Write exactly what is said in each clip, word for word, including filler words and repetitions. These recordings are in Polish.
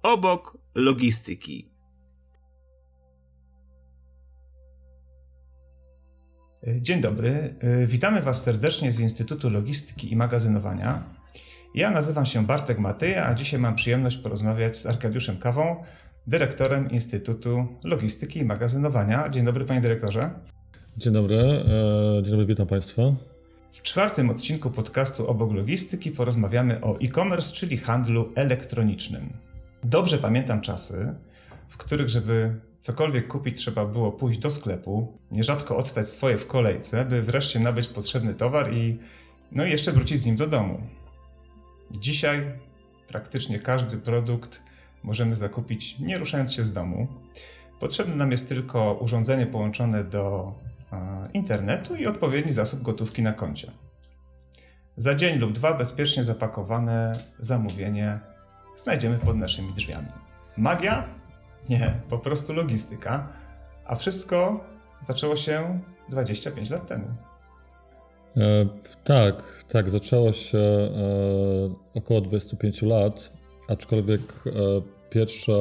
obok logistyki. Dzień dobry, witamy Was serdecznie z Instytutu Logistyki i Magazynowania. Ja nazywam się Bartek Matyja, a dzisiaj mam przyjemność porozmawiać z Arkadiuszem Kawą, dyrektorem Instytutu Logistyki i Magazynowania. Dzień dobry, panie dyrektorze. Dzień dobry, dzień dobry, witam Państwa. W czwartym odcinku podcastu Obok Logistyki porozmawiamy o e-commerce, czyli handlu elektronicznym. Dobrze pamiętam czasy, w których, żeby cokolwiek kupić, trzeba było pójść do sklepu, nierzadko odstać swoje w kolejce, by wreszcie nabyć potrzebny towar i no i jeszcze wrócić z nim do domu. Dzisiaj praktycznie każdy produkt możemy zakupić nie ruszając się z domu. Potrzebne nam jest tylko urządzenie połączone do e, internetu i odpowiedni zasób gotówki na koncie. Za dzień lub dwa bezpiecznie zapakowane zamówienie znajdziemy pod naszymi drzwiami. Magia? Nie, po prostu logistyka. A wszystko zaczęło się dwadzieścia pięć lat temu. E, tak, tak, zaczęło się e, około dwadzieścia pięć lat, aczkolwiek e, pierwsze,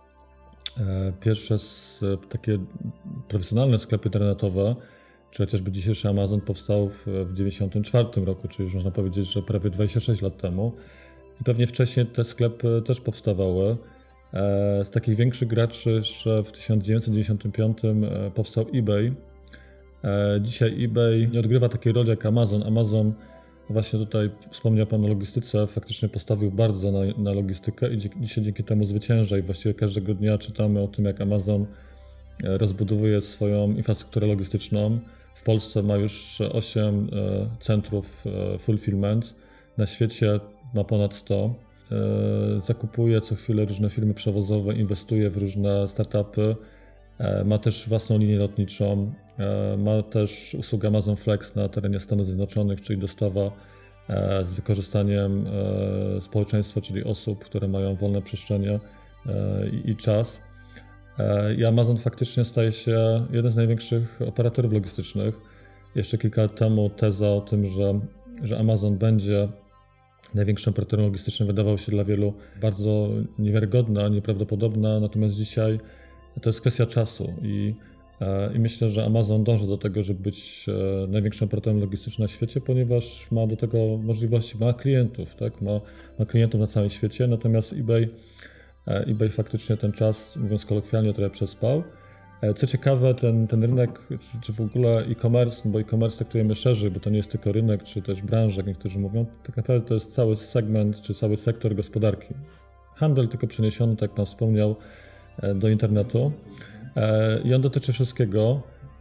e, pierwsze s, takie profesjonalne sklepy internetowe, czy chociażby dzisiejszy Amazon, powstał w, w dziewięćdziesiątym czwartym roku, czyli już można powiedzieć, że prawie dwadzieścia sześć lat temu. I pewnie wcześniej te sklepy też powstawały. Z takich większych graczy jeszcze w tysiąc dziewięćset dziewięćdziesiątym piątym powstał eBay. Dzisiaj eBay nie odgrywa takiej roli jak Amazon. Amazon, właśnie tutaj wspomniał Pan o logistyce, faktycznie postawił bardzo na, na logistykę i dzisiaj dzięki temu zwycięża i właściwie każdego dnia czytamy o tym, jak Amazon rozbudowuje swoją infrastrukturę logistyczną. W Polsce ma już osiem centrów fulfillment, na świecie ma ponad sto. Zakupuje co chwilę różne firmy przewozowe, inwestuje w różne startupy, ma też własną linię lotniczą, ma też usługę Amazon Flex na terenie Stanów Zjednoczonych, czyli dostawa z wykorzystaniem społeczeństwa, czyli osób, które mają wolne przestrzenie i czas. I Amazon faktycznie staje się jednym z największych operatorów logistycznych. Jeszcze kilka lat temu teza o tym, że, że Amazon będzie największym operatorem logistycznym, wydawało się dla wielu bardzo niewiarygodna, nieprawdopodobna, natomiast dzisiaj to jest kwestia czasu i, i myślę, że Amazon dąży do tego, żeby być największym operatorem logistycznym na świecie, ponieważ ma do tego możliwości, ma klientów, tak? ma, ma klientów na całym świecie, natomiast eBay, eBay faktycznie ten czas, mówiąc kolokwialnie, trochę przespał. Co ciekawe, ten, ten rynek, czy, czy w ogóle e-commerce, bo e-commerce traktujemy szerzej, bo to nie jest tylko rynek, czy też branża, jak niektórzy mówią, tak naprawdę to jest cały segment, czy cały sektor gospodarki. Handel tylko przeniesiony, tak jak Pan wspomniał, do internetu i on dotyczy wszystkiego.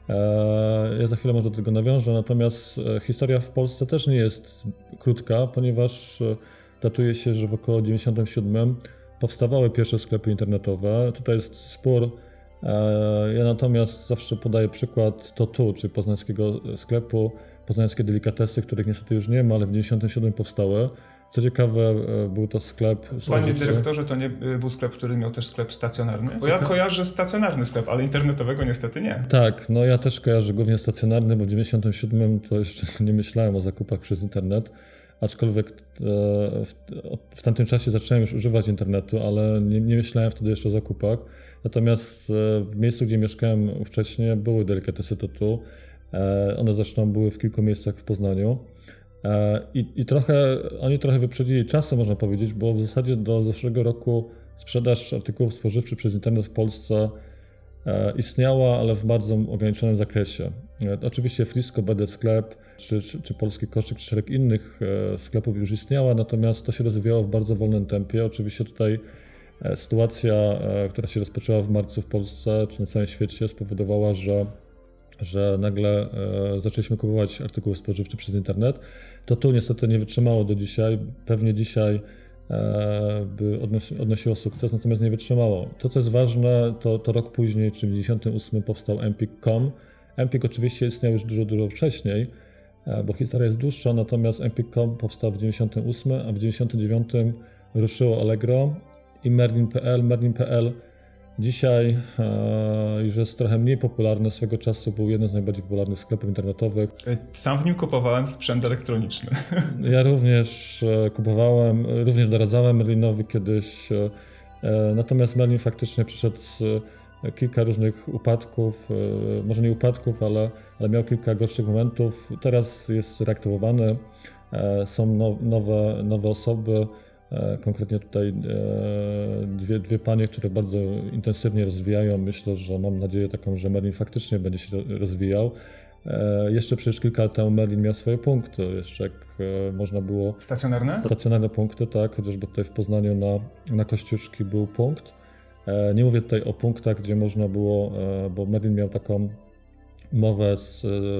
Ja za chwilę może do tego nawiążę, natomiast historia w Polsce też nie jest krótka, ponieważ datuje się, że w około dziewięćdziesiątym siódmym powstawały pierwsze sklepy internetowe. Tutaj jest spór. Ja natomiast zawsze podaję przykład Totu, czyli poznańskiego sklepu, poznańskie delikatesy, których niestety już nie ma, ale w dziewięćdziesiątym siódmym powstały. Co ciekawe, był to sklep... Panie dyrektorze, to nie był sklep, który miał też sklep stacjonarny? Bo ja kojarzę stacjonarny sklep, ale internetowego niestety nie. Tak, no ja też kojarzę głównie stacjonarny, bo w dziewięćdziesiątym siódmym to jeszcze nie myślałem o zakupach przez internet. Aczkolwiek w, w tamtym czasie zacząłem już używać internetu, ale nie, nie myślałem wtedy jeszcze o zakupach. Natomiast w miejscu, gdzie mieszkałem wcześniej, były delikatesy Totu. One zresztą były w kilku miejscach w Poznaniu. I, i trochę, oni trochę wyprzedzili czasem, można powiedzieć, bo w zasadzie do zeszłego roku sprzedaż artykułów spożywczych przez internet w Polsce istniała, ale w bardzo ograniczonym zakresie. Oczywiście Frisco, B D Sklep, czy, czy, czy Polski Koszyk, czy szereg innych sklepów już istniała, natomiast to się rozwijało w bardzo wolnym tempie. Oczywiście tutaj sytuacja, która się rozpoczęła w marcu w Polsce, czy na całym świecie, spowodowała, że, że nagle zaczęliśmy kupować artykuły spożywcze przez internet. To tu niestety nie wytrzymało do dzisiaj. Pewnie dzisiaj by odnosiło sukces, natomiast nie wytrzymało. To, co jest ważne, to, to rok później, czyli w dziewięćdziesiątym ósmym powstał Empik kropka com. Empik oczywiście istniał już dużo, dużo wcześniej, bo historia jest dłuższa, natomiast Empik kropka com powstał w dziewięćdziesiątym ósmym, a w dziewięćdziesiątym dziewiątym ruszyło Allegro i Merlin kropka p l. Merlin kropka p l dzisiaj e, już jest trochę mniej popularny. Swego czasu był jeden z najbardziej popularnych sklepów internetowych. Sam w nim kupowałem sprzęt elektroniczny. Ja również kupowałem, również doradzałem Merlinowi kiedyś Natomiast Merlin faktycznie przeszedł kilka różnych upadków, może nie upadków, ale, ale miał kilka gorszych momentów. Teraz jest reaktywowany, są nowe, nowe osoby, konkretnie tutaj dwie, dwie panie, które bardzo intensywnie rozwijają. Myślę, że mam nadzieję taką, że Merlin faktycznie będzie się rozwijał. Jeszcze przecież kilka lat temu Merlin miał swoje punkty, jeszcze jak można było... Stacjonarne? Stacjonarne punkty, tak, chociażby tutaj w Poznaniu na, na Kościuszki był punkt. Nie mówię tutaj o punktach, gdzie można było, bo Merlin miał taką umowę z,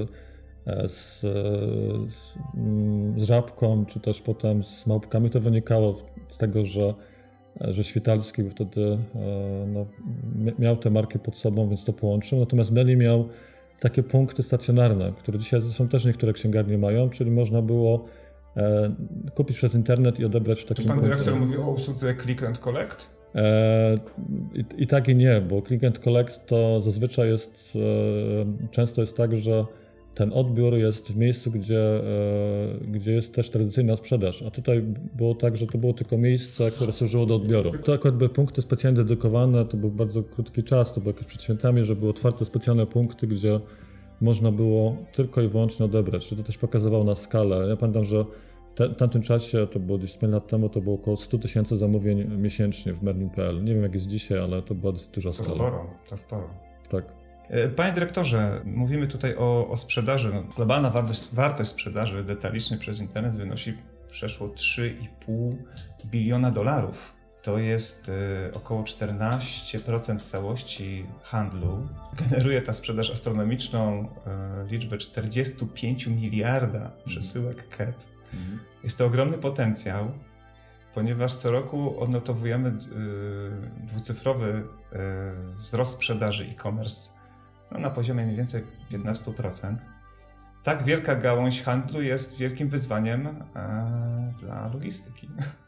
z, z, z Żabką, czy też potem z Małpkami. To wynikało z tego, że, że Świtalski wtedy no, miał te marki pod sobą, więc to połączył. Natomiast Merlin miał takie punkty stacjonarne, które dzisiaj zresztą też niektóre księgarnie mają, czyli można było e, kupić przez internet i odebrać w takim punkcie. Czy pan dyrektor punkcie. mówi o usłudze Click and Collect? E, i, I tak i nie, bo Click and Collect to zazwyczaj jest, e, często jest tak, że ten odbiór jest w miejscu, gdzie, e, gdzie jest też tradycyjna sprzedaż, a tutaj było tak, że to było tylko miejsce, które służyło do odbioru. To akurat były punkty specjalnie dedykowane, to był bardzo krótki czas, to było jakieś przed świętami, że były otwarte specjalne punkty, gdzie można było tylko i wyłącznie odebrać. To też pokazywało na skalę. Ja pamiętam, że w tamtym czasie, to było gdzieś pięć lat temu, to było około sto tysięcy zamówień miesięcznie w Merlin kropka p l. Nie wiem jak jest dzisiaj, ale to była dosyć duża skala. To sporo, to sporo. Tak. Panie dyrektorze, mówimy tutaj o, o sprzedaży. No, globalna wartość, wartość sprzedaży detalicznej przez internet wynosi przeszło trzy i pół biliona dolarów. To jest y, około czternaście procent całości handlu. Generuje ta sprzedaż astronomiczną y, liczbę czterdzieści pięć miliarda przesyłek K E P. Mhm. Jest to ogromny potencjał, ponieważ co roku odnotowujemy y, dwucyfrowy y, wzrost sprzedaży e-commerce no, na poziomie mniej więcej piętnaście procent. Tak wielka gałąź handlu jest wielkim wyzwaniem e, dla logistyki.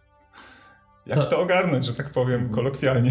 Jak Ta. to ogarnąć, że tak powiem kolokwialnie?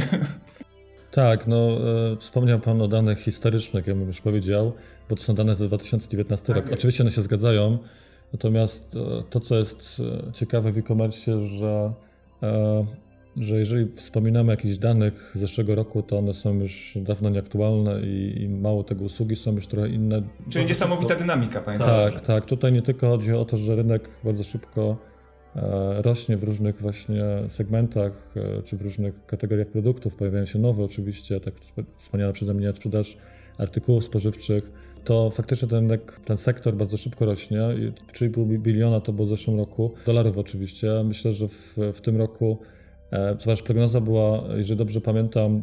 Tak, no e, wspomniał Pan o danych historycznych, ja bym już powiedział, bo to są dane za dwa tysiące dziewiętnasty tak rok. Jest. Oczywiście one się zgadzają, natomiast e, to, co jest ciekawe w e-commerce, że e, że jeżeli wspominamy o jakichś danych z zeszłego roku, to one są już dawno nieaktualne i, i mało tego, usługi są już trochę inne. Czyli niesamowita dynamika, pamiętam. Tak, tak. Tutaj nie tylko chodzi o to, że rynek bardzo szybko e, rośnie w różnych właśnie segmentach, e, czy w różnych kategoriach produktów. Pojawiają się nowe oczywiście, tak wspomniana przeze mnie sprzedaż artykułów spożywczych. To faktycznie ten, rynek, ten sektor bardzo szybko rośnie. trzy i pół biliona to było w zeszłym roku, dolarów oczywiście. Myślę, że w, w tym roku Ponieważ prognoza była, jeżeli dobrze pamiętam,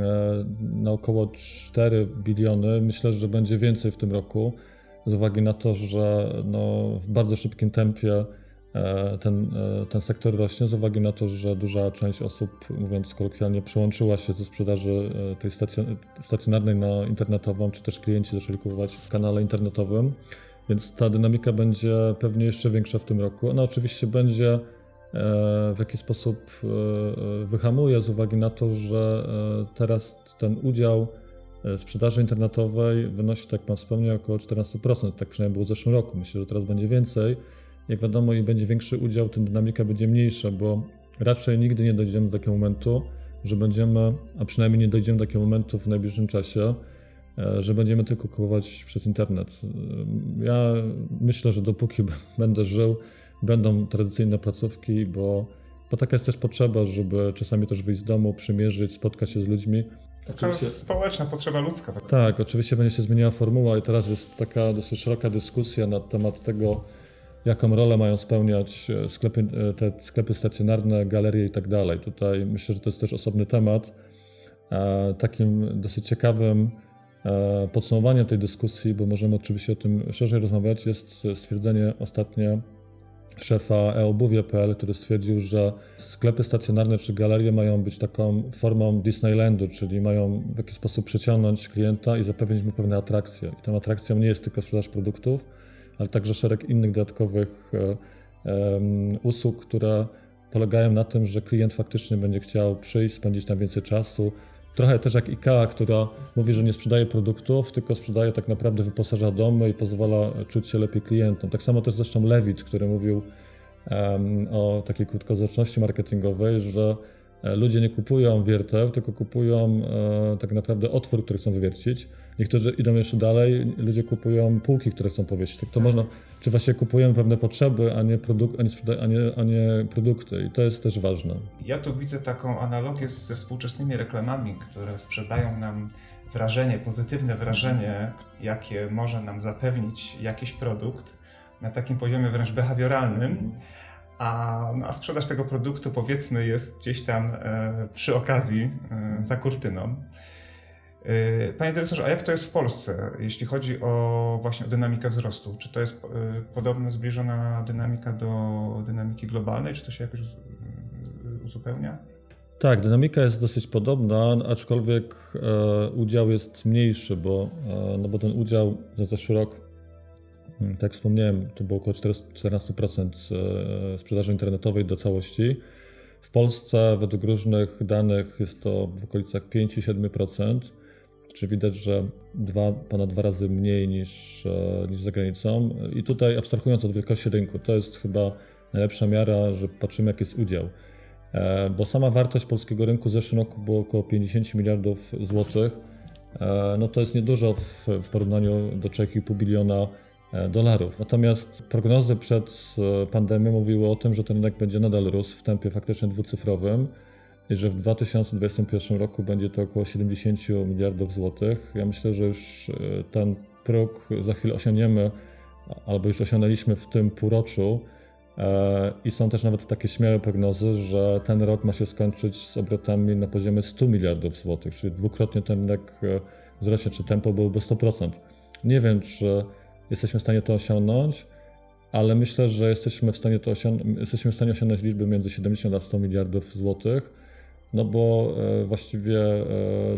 na około cztery biliony. Myślę, że będzie więcej w tym roku, z uwagi na to, że no w bardzo szybkim tempie ten, ten sektor rośnie, z uwagi na to, że duża część osób, mówiąc kolokwialnie, przełączyła się ze sprzedaży tej stacjonarnej na internetową, czy też klienci zaczęli kupować w kanale internetowym, więc ta dynamika będzie pewnie jeszcze większa w tym roku. Ona oczywiście będzie w jaki sposób wyhamuje z uwagi na to, że teraz ten udział sprzedaży internetowej wynosi, tak Pan wspomniał, około czternaście procent, tak przynajmniej było w zeszłym roku. Myślę, że teraz będzie więcej. Jak wiadomo, im będzie większy udział, tym dynamika będzie mniejsza, bo raczej nigdy nie dojdziemy do takiego momentu, że będziemy, a przynajmniej nie dojdziemy do takiego momentu w najbliższym czasie, że będziemy tylko kupować przez internet. Ja myślę, że dopóki będę żył, będą tradycyjne placówki, bo, bo taka jest też potrzeba, żeby czasami też wyjść z domu, przymierzyć, spotkać się z ludźmi. To jest społeczna potrzeba ludzka. Tak? tak, oczywiście będzie się zmieniała formuła i teraz jest taka dosyć szeroka dyskusja na temat tego, jaką rolę mają spełniać sklepy, te sklepy stacjonarne, galerie i tak dalej. Tutaj myślę, że to jest też osobny temat. Takim dosyć ciekawym podsumowaniem tej dyskusji, bo możemy oczywiście o tym szerzej rozmawiać, jest stwierdzenie ostatnie szefa e-obuwie kropka p l, który stwierdził, że sklepy stacjonarne czy galerie mają być taką formą Disneylandu, czyli mają w jakiś sposób przyciągnąć klienta i zapewnić mu pewne atrakcje. I tą atrakcją nie jest tylko sprzedaż produktów, ale także szereg innych dodatkowych um, usług, które polegają na tym, że klient faktycznie będzie chciał przyjść, spędzić tam więcej czasu. Trochę też jak IKEA, która mówi, że nie sprzedaje produktów, tylko sprzedaje tak naprawdę, wyposaża domy i pozwala czuć się lepiej klientom. Tak samo też zresztą Levit, który mówił um, o takiej krótkowzroczności marketingowej, że ludzie nie kupują wierteł, tylko kupują tak naprawdę otwór, który chcą wywiercić. Niektórzy idą jeszcze dalej, ludzie kupują półki, które chcą powiesić. Tak to można, czy właśnie kupujemy pewne potrzeby, a nie, produk- a, nie sprzeda- a, nie, a nie produkty i to jest też ważne. Ja tu widzę taką analogię ze współczesnymi reklamami, które sprzedają nam wrażenie, pozytywne wrażenie, jakie może nam zapewnić jakiś produkt na takim poziomie wręcz behawioralnym, a, no, a sprzedaż tego produktu powiedzmy jest gdzieś tam e, przy okazji e, za kurtyną. E, Panie dyrektorze, a jak to jest w Polsce, jeśli chodzi o właśnie o dynamikę wzrostu? Czy to jest e, podobna, zbliżona dynamika do dynamiki globalnej, czy to się jakoś uzupełnia? Tak, dynamika jest dosyć podobna, aczkolwiek e, udział jest mniejszy, bo, e, no bo ten udział za zeszły rok, tak jak wspomniałem, to było około czternaście procent sprzedaży internetowej do całości. W Polsce według różnych danych jest to w okolicach pięć do siedmiu procent, czyli widać, że dwa, ponad dwa razy mniej niż, niż za granicą. I tutaj abstrahując od wielkości rynku, to jest chyba najlepsza miara, że patrzymy jaki jest udział. Bo sama wartość polskiego rynku w zeszłym roku było około pięćdziesiąt miliardów złotych. No to jest niedużo w, w porównaniu do trzy i pół biliona dolarów. Natomiast prognozy przed pandemią mówiły o tym, że ten rynek będzie nadal rósł w tempie faktycznie dwucyfrowym i że w dwa tysiące dwudziestym pierwszym roku będzie to około siedemdziesiąt miliardów złotych. Ja myślę, że już ten próg za chwilę osiągniemy, albo już osiągnęliśmy w tym półroczu i są też nawet takie śmiałe prognozy, że ten rok ma się skończyć z obrotami na poziomie stu miliardów złotych, czyli dwukrotnie ten rynek wzrośnie, czy tempo byłoby sto procent. Nie wiem, czy jesteśmy w stanie to osiągnąć, ale myślę, że jesteśmy w stanie to osiągnąć, jesteśmy w stanie osiągnąć liczby między siedemdziesiąt a sto miliardów złotych, no bo e, właściwie e,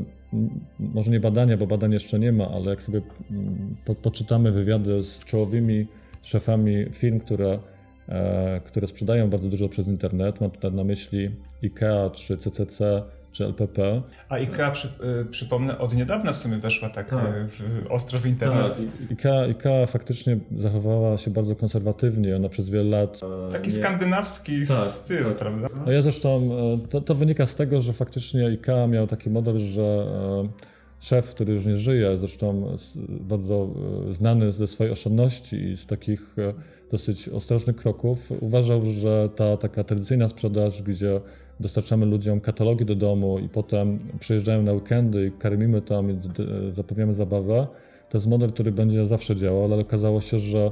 może nie badania, bo badań jeszcze nie ma, ale jak sobie po, poczytamy wywiady z czołowymi szefami firm, które, e, które sprzedają bardzo dużo przez internet, mam tutaj na myśli IKEA czy C C C, czy L P P. A IKEA, przy, y, przypomnę, od niedawna w sumie weszła tak, tak. Y, w, ostro w internet. Tak. IKEA, IKEA faktycznie zachowała się bardzo konserwatywnie, ona przez wiele lat... Taki nie... skandynawski tak, styl, tak. Prawda? No ja zresztą, to, to wynika z tego, że faktycznie IKEA miał taki model, że szef, który już nie żyje, zresztą bardzo znany ze swojej oszczędności i z takich dosyć ostrożnych kroków, uważał, że ta taka tradycyjna sprzedaż, gdzie dostarczamy ludziom katalogi do domu i potem przyjeżdżają na weekendy i karmimy tam i zapewniamy zabawę, to jest model, który będzie zawsze działał, ale okazało się, że,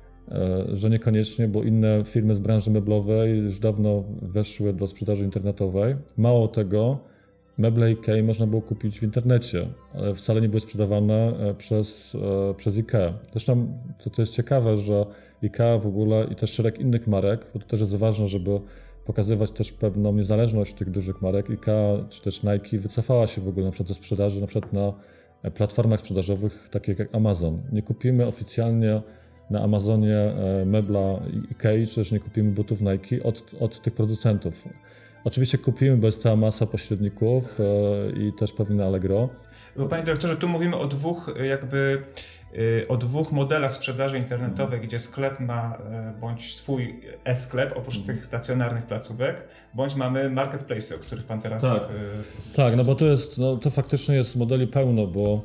że niekoniecznie, bo inne firmy z branży meblowej już dawno weszły do sprzedaży internetowej. Mało tego, meble IKEA można było kupić w internecie, ale wcale nie były sprzedawane przez, przez IKEA. Zresztą to, to jest ciekawe, że IKEA w ogóle i też szereg innych marek, bo to też jest ważne, żeby pokazywać też pewną niezależność tych dużych marek. IKEA czy też Nike wycofała się w ogóle na przykład ze sprzedaży na przykład na platformach sprzedażowych takich jak Amazon. Nie kupimy oficjalnie na Amazonie mebla IKEA, czy też nie kupimy butów Nike od, od tych producentów. Oczywiście kupimy, bo jest cała masa pośredników i też pewnie Allegro. Bo panie dyrektorze, tu mówimy o dwóch jakby o dwóch modelach sprzedaży internetowej, gdzie sklep ma bądź swój e-sklep oprócz mm. tych stacjonarnych placówek, bądź mamy marketplace, o których pan teraz... Tak, y... tak no bo to jest, no to faktycznie jest modeli pełno, bo,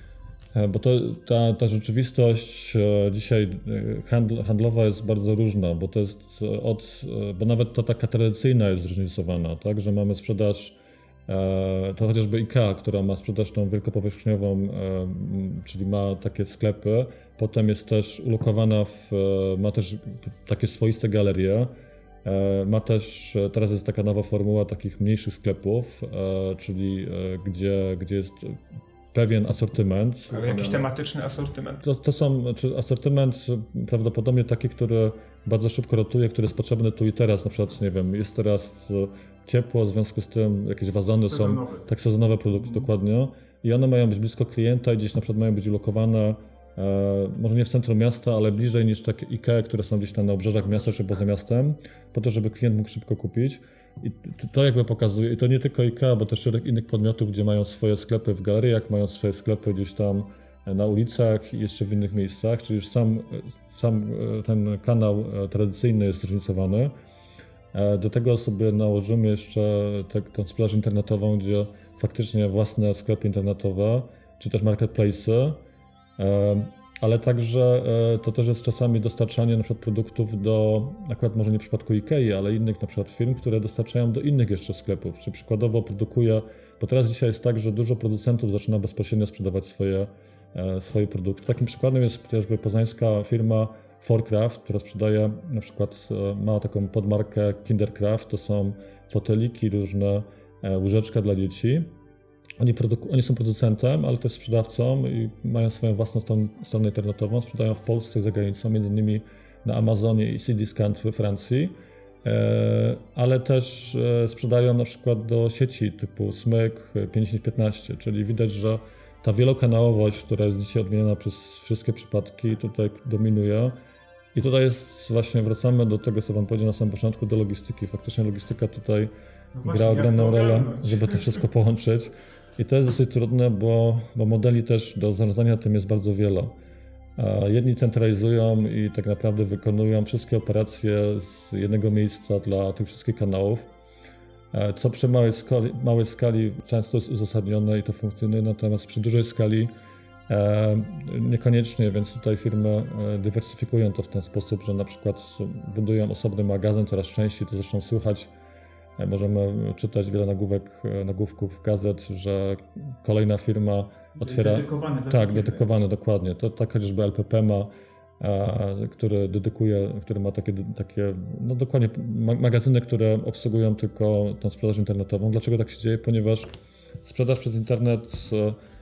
bo to, ta, ta rzeczywistość dzisiaj handl, handlowa jest bardzo różna, bo to jest od, bo nawet to taka tradycyjna jest zróżnicowana, tak, że mamy sprzedaż. To chociażby IKEA, która ma sprzedaż tą wielkopowierzchniową, czyli ma takie sklepy, potem jest też ulokowana, w, ma też takie swoiste galerie, ma też, teraz jest taka nowa formuła takich mniejszych sklepów, czyli gdzie, gdzie jest pewien asortyment. Ale jakiś tematyczny asortyment? To, to są, znaczy asortyment prawdopodobnie taki, który bardzo szybko rotuje, który jest potrzebny tu i teraz. Na przykład, nie wiem, jest teraz ciepło, w związku z tym jakieś wazony sezonowe. Są, tak sezonowe produkty, mm. dokładnie. I one mają być blisko klienta i gdzieś na przykład mają być ulokowane, e, może nie w centrum miasta, ale bliżej niż takie IKEA, które są gdzieś tam na obrzeżach miasta czy poza miastem, po to, żeby klient mógł szybko kupić. I to jakby pokazuje, i to nie tylko IKEA, bo też szereg innych podmiotów, gdzie mają swoje sklepy w galeriach, mają swoje sklepy gdzieś tam na ulicach i jeszcze w innych miejscach, czyli już sam, sam ten kanał tradycyjny jest zróżnicowany. Do tego sobie nałożymy jeszcze tę, tę sprzedaż internetową, gdzie faktycznie własne sklepy internetowe, czy też marketplace'y, ale także to też jest czasami dostarczanie na przykład produktów do, akurat może nie w przypadku Ikei, ale innych na przykład firm, które dostarczają do innych jeszcze sklepów, czy przykładowo produkuje, bo teraz dzisiaj jest tak, że dużo producentów zaczyna bezpośrednio sprzedawać swoje, swoje produkty. Takim przykładem jest chociażby poznańska firma Fourcraft, która sprzedaje, na przykład ma taką podmarkę Kindercraft, to są foteliki, różne łyżeczka dla dzieci. Oni, produku- oni są producentem, ale też sprzedawcą i mają swoją własną stron- stronę internetową, sprzedają w Polsce i za granicą, między innymi na Amazonie i Cdiscount we Francji, e, ale też e, sprzedają na przykład do sieci typu Smyk, pięćdziesiąt piętnaście, czyli widać, że ta wielokanałowość, która jest dzisiaj odmieniona przez wszystkie przypadki, tutaj dominuje. I tutaj jest właśnie, wracamy do tego, co Wam powiedziałem na samym początku, do logistyki. Faktycznie logistyka tutaj no właśnie, gra ogromną rolę, żeby to wszystko połączyć. I to jest dosyć trudne, bo, bo modeli też do zarządzania tym jest bardzo wiele. Jedni centralizują i tak naprawdę wykonują wszystkie operacje z jednego miejsca dla tych wszystkich kanałów, co przy małej skali, małej skali często jest uzasadnione i to funkcjonuje, natomiast przy dużej skali niekoniecznie, więc tutaj firmy dywersyfikują to w ten sposób, że na przykład budują osobny magazyn coraz częściej, to zresztą słychać. Możemy czytać wiele nagłówek, nagłówków gazet, że kolejna firma otwiera... Dedykowane. Tak, dedykowane, dokładnie. To tak chociażby L P P ma, który dedykuje, który ma takie, takie no dokładnie magazyny, które obsługują tylko tą sprzedaż internetową. Dlaczego tak się dzieje? Ponieważ sprzedaż przez internet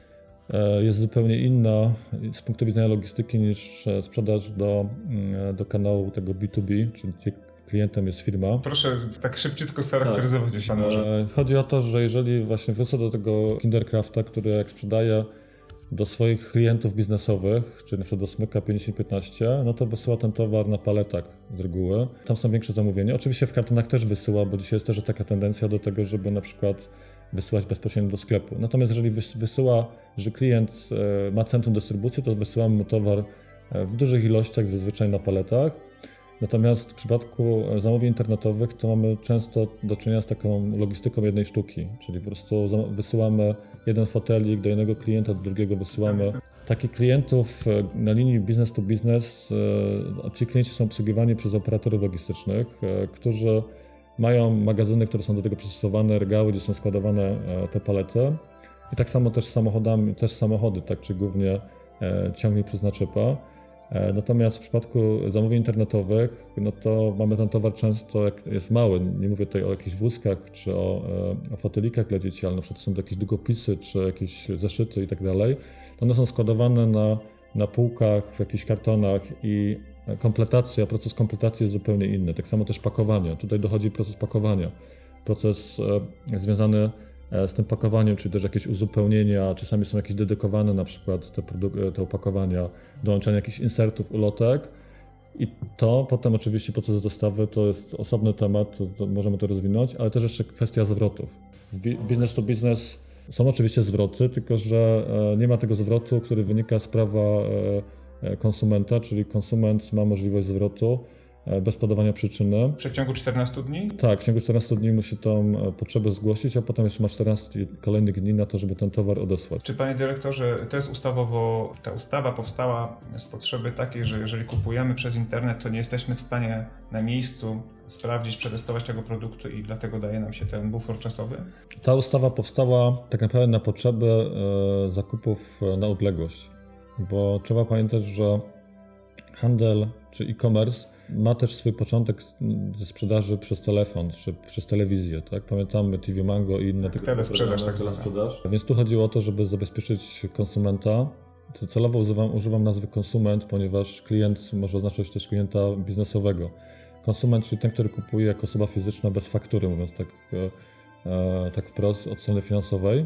jest zupełnie inna z punktu widzenia logistyki niż sprzedaż do, do kanału tego B dwa B, czyli klientem jest firma. Proszę tak szybciutko scharakteryzować, jeśli pan może. Chodzi o to, że jeżeli właśnie wrócę do tego Kindercrafta, który jak sprzedaje do swoich klientów biznesowych, czyli na przykład do Smyka pięćdziesiąt piętnaście, no to wysyła ten towar na paletach z reguły. Tam są większe zamówienia. Oczywiście w kartonach też wysyła, bo dzisiaj jest też taka tendencja do tego, żeby na przykład wysyłać bezpośrednio do sklepu. Natomiast jeżeli wysyła, że klient ma centrum dystrybucji, to wysyłamy mu towar w dużych ilościach, zazwyczaj na paletach. Natomiast w przypadku zamówień internetowych to mamy często do czynienia z taką logistyką jednej sztuki, czyli po prostu wysyłamy jeden fotelik do jednego klienta, do drugiego wysyłamy. Takich klientów na linii business to business, ci klienci są obsługiwani przez operatorów logistycznych, którzy mają magazyny, które są do tego przystosowane, regały, gdzie są składowane te palety. I tak samo też samochodami, też samochody, tak, czy głównie ciągnik przez naczepa. Natomiast w przypadku zamówień internetowych, no to mamy ten towar często, jak jest mały, nie mówię tutaj o jakichś wózkach czy o, o fotelikach dla dzieci, ale na przykład są to jakieś długopisy czy jakieś zeszyty i tak dalej. One są składowane na, na półkach, w jakichś kartonach i kompletacja, proces kompletacji jest zupełnie inny. Tak samo też pakowania. Tutaj dochodzi proces pakowania. Proces e, związany z tym pakowaniem, czyli też jakieś uzupełnienia, czasami są jakieś dedykowane na przykład te, produk- te opakowania, dołączanie jakichś insertów, ulotek i to potem oczywiście proces dostawy to jest osobny temat, to, to możemy to rozwinąć, ale też jeszcze kwestia zwrotów. W bi- business to business są oczywiście zwroty, tylko że nie ma tego zwrotu, który wynika z prawa konsumenta, czyli konsument ma możliwość zwrotu bez podawania przyczyny. W przeciągu czternastu dni? Tak, w ciągu czternastu dni musi tą potrzebę zgłosić, a potem jeszcze ma czternaście kolejnych dni na to, żeby ten towar odesłać. Czy panie dyrektorze, to jest ustawowo, ta ustawa powstała z potrzeby takiej, że jeżeli kupujemy przez internet, to nie jesteśmy w stanie na miejscu sprawdzić, przetestować tego produktu i dlatego daje nam się ten bufor czasowy? Ta ustawa powstała tak naprawdę na potrzeby zakupów na odległość, bo trzeba pamiętać, że handel czy e-commerce ma też swój początek ze sprzedaży przez telefon czy przez telewizję, tak? Pamiętamy T V Mango i inne... Telesprzedaż tak zwana. Więc tu chodziło o to, żeby zabezpieczyć konsumenta. Celowo używam, używam nazwy konsument, ponieważ klient może oznaczać też klienta biznesowego. Konsument, czyli ten, który kupuje jako osoba fizyczna bez faktury, mówiąc tak, e, tak wprost, od strony finansowej.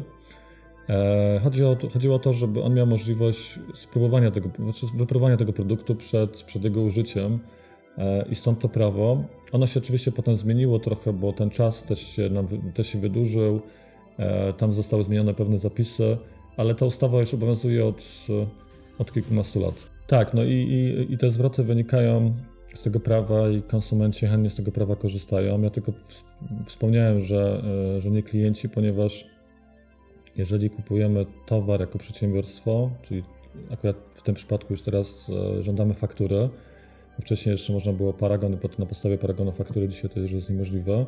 E, chodzi o to, chodziło o to, żeby on miał możliwość spróbowania tego, znaczy wypróbowania tego produktu przed, przed jego użyciem. I stąd to prawo. Ono się oczywiście potem zmieniło trochę, bo ten czas też się, nam, też się wydłużył, tam zostały zmienione pewne zapisy, ale ta ustawa już obowiązuje od, od kilkunastu lat. Tak, no i, i, i te zwroty wynikają z tego prawa i konsumenci chętnie z tego prawa korzystają. Ja tylko wspomniałem, że, że nie klienci, ponieważ jeżeli kupujemy towar jako przedsiębiorstwo, czyli akurat w tym przypadku już teraz żądamy faktury, wcześniej jeszcze można było paragon i potem na podstawie paragonu faktury, dzisiaj to już jest niemożliwe,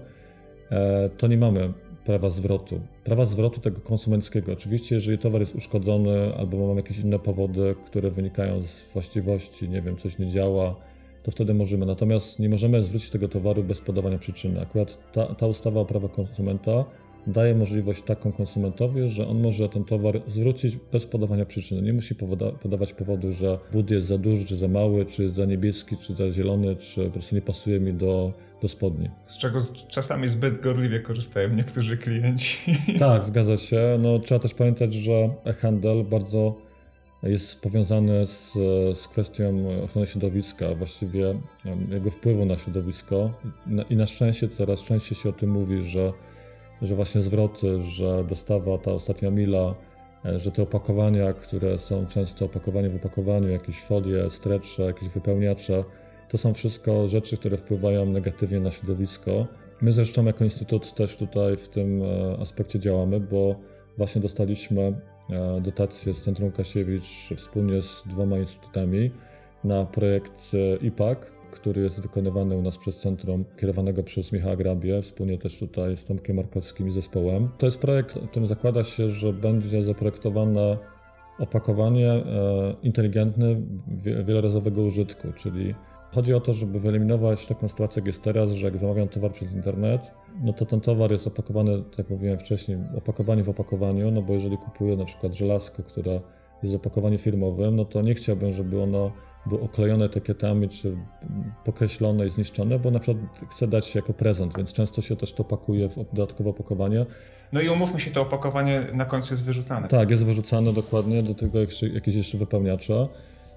to nie mamy prawa zwrotu. Prawa zwrotu tego konsumenckiego. Oczywiście, jeżeli towar jest uszkodzony albo mamy jakieś inne powody, które wynikają z właściwości, nie wiem, coś nie działa, to wtedy możemy. Natomiast nie możemy zwrócić tego towaru bez podawania przyczyny. Akurat ta, ta ustawa o prawach konsumenta daje możliwość taką konsumentowi, że on może ten towar zwrócić bez podawania przyczyny. Nie musi powoda, podawać powodu, że but jest za duży, czy za mały, czy jest za niebieski, czy za zielony, czy po prostu nie pasuje mi do, do spodni. Z czego czasami zbyt gorliwie korzystają niektórzy klienci. Tak, zgadza się. No, trzeba też pamiętać, że e-handel bardzo jest powiązany z, z kwestią ochrony środowiska, właściwie jego wpływu na środowisko. I na szczęście coraz częściej się o tym mówi, że że właśnie zwroty, że dostawa, ta ostatnia mila, że te opakowania, które są często opakowanie w opakowaniu, jakieś folie, strecze, jakieś wypełniacze, to są wszystko rzeczy, które wpływają negatywnie na środowisko. My zresztą jako Instytut też tutaj w tym aspekcie działamy, bo właśnie dostaliśmy dotację z Centrum Łukasiewicz wspólnie z dwoma instytutami na projekt I P A K, który jest wykonywany u nas przez centrum kierowanego przez Michała Grabię, wspólnie też tutaj z Tomkiem Markowskim i zespołem. To jest projekt, w którym zakłada się, że będzie zaprojektowane opakowanie inteligentne wielorazowego użytku, czyli chodzi o to, żeby wyeliminować taką sytuację, jak jest teraz, że jak zamawiam towar przez internet, no to ten towar jest opakowany, tak jak mówiłem wcześniej, opakowanie w opakowaniu, no bo jeżeli kupuję na przykład żelazko, które jest w opakowaniu firmowym, no to nie chciałbym, żeby ono było oklejone etykietami, czy pokreślone i zniszczone, bo na przykład chcę dać jako prezent, więc często się też to pakuje w dodatkowe opakowanie. No i umówmy się, to opakowanie na końcu jest wyrzucane. Tak, jest wyrzucane dokładnie, do tego jakieś jeszcze wypełniacze,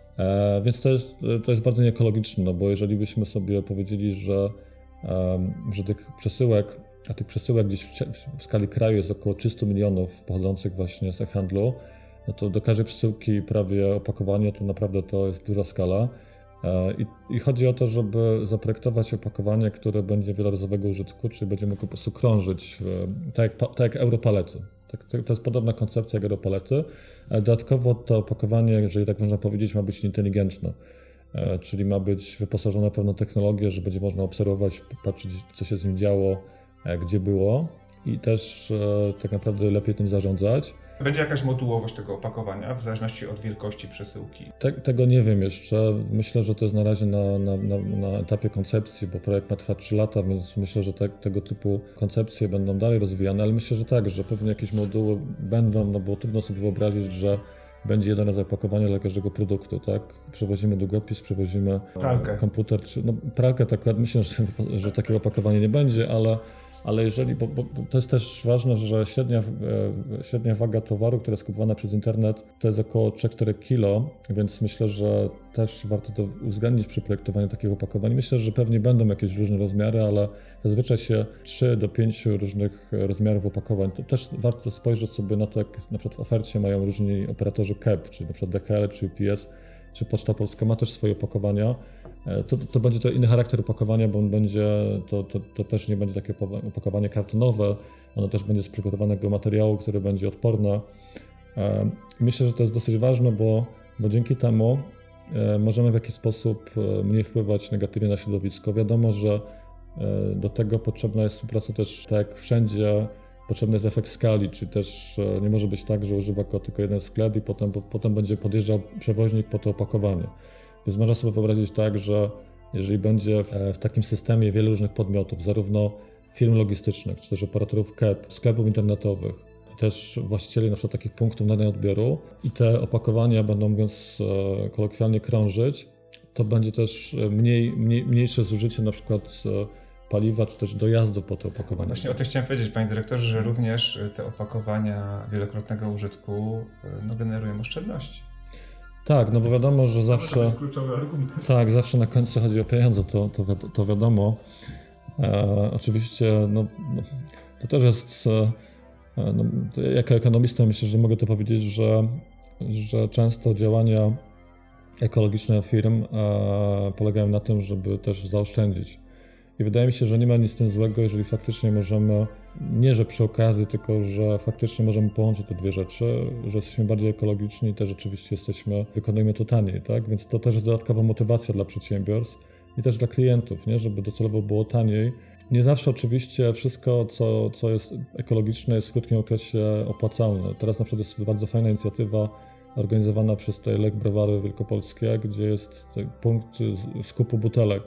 e, więc to jest, to jest bardzo nieekologiczne, no bo jeżeli byśmy sobie powiedzieli, że, e, że tych przesyłek, a tych przesyłek gdzieś w, w skali kraju jest około trzysta milionów pochodzących właśnie z e-handlu, no to do każdej przesyłki prawie opakowanie to naprawdę to jest duża skala. I, I chodzi o to, żeby zaprojektować opakowanie, które będzie wielorazowego użytku, czyli będzie mógł po prostu krążyć, tak jak, tak jak europalety. Tak, to, to jest podobna koncepcja jak europalety. Dodatkowo to opakowanie, jeżeli tak można powiedzieć, ma być inteligentne, czyli ma być wyposażone w pewną technologię, że będzie można obserwować, patrzeć, co się z nim działo, gdzie było i też tak naprawdę lepiej tym zarządzać. Będzie jakaś modułowość tego opakowania w zależności od wielkości przesyłki? Te, tego nie wiem jeszcze. Myślę, że to jest na razie na, na, na, na etapie koncepcji, bo projekt ma trwać trzy lata, więc myślę, że te, tego typu koncepcje będą dalej rozwijane, ale myślę, że tak, że pewnie jakieś moduły będą, no bo trudno sobie wyobrazić, że będzie jeden rodzaj opakowania dla każdego produktu, tak? Przewozimy długopis, przewozimy pralkę. Komputer, czy, no pralkę tak akurat myślę, że, że takiego opakowania nie będzie, ale Ale jeżeli, bo, bo to jest też ważne, że średnia, średnia waga towaru, która jest kupowana przez internet, to jest około trzy cztery kilo, więc myślę, że też warto to uwzględnić przy projektowaniu takich opakowań. Myślę, że pewnie będą jakieś różne rozmiary, ale zazwyczaj się trzy do pięciu różnych rozmiarów opakowań. To też warto spojrzeć sobie na to, jak na przykład w ofercie mają różni operatorzy K E P, czyli na przykład D H L, czy U P S, czy Poczta Polska ma też swoje opakowania. To, to będzie to inny charakter opakowania, bo on będzie, to, to, to też nie będzie takie opakowanie kartonowe, ono też będzie z przygotowanego materiału, który będzie odporne. Myślę, że to jest dosyć ważne, bo, bo dzięki temu możemy w jakiś sposób mniej wpływać negatywnie na środowisko. Wiadomo, że do tego potrzebna jest współpraca też, tak jak wszędzie, potrzebny jest efekt skali, czyli też nie może być tak, że używa go tylko jeden sklep i potem, potem będzie podjeżdżał przewoźnik po to opakowanie. Więc można sobie wyobrazić tak, że jeżeli będzie w takim systemie wiele różnych podmiotów, zarówno firm logistycznych, czy też operatorów K E P, sklepów internetowych, też właścicieli na przykład takich punktów nadania odbioru i te opakowania będą, mówiąc kolokwialnie, krążyć, to będzie też mniej, mniej, mniejsze zużycie na przykład paliwa, czy też dojazdu po te opakowania. Właśnie o tym chciałem powiedzieć, panie dyrektorze, że również te opakowania wielokrotnego użytku no, generują oszczędności. Tak, no bo wiadomo, że zawsze. To jest kluczowy argument. Tak, zawsze na końcu chodzi o pieniądze, to, to, to wiadomo. E, oczywiście, no, to też jest. E, no, jako ekonomista myślę, że mogę to powiedzieć, że, że często działania ekologiczne firm polegają na tym, żeby też zaoszczędzić. I wydaje mi się, że nie ma nic z tym złego, jeżeli faktycznie możemy, nie że przy okazji, tylko że faktycznie możemy połączyć te dwie rzeczy, że jesteśmy bardziej ekologiczni i też rzeczywiście jesteśmy, wykonujemy to taniej, tak? Więc to też jest dodatkowa motywacja dla przedsiębiorstw i też dla klientów, nie? Żeby docelowo było taniej. Nie zawsze oczywiście wszystko, co, co jest ekologiczne, jest w krótkim okresie opłacalne. Teraz na przykład jest bardzo fajna inicjatywa organizowana przez tutaj Lech Browary Wielkopolskie, gdzie jest punkt skupu butelek,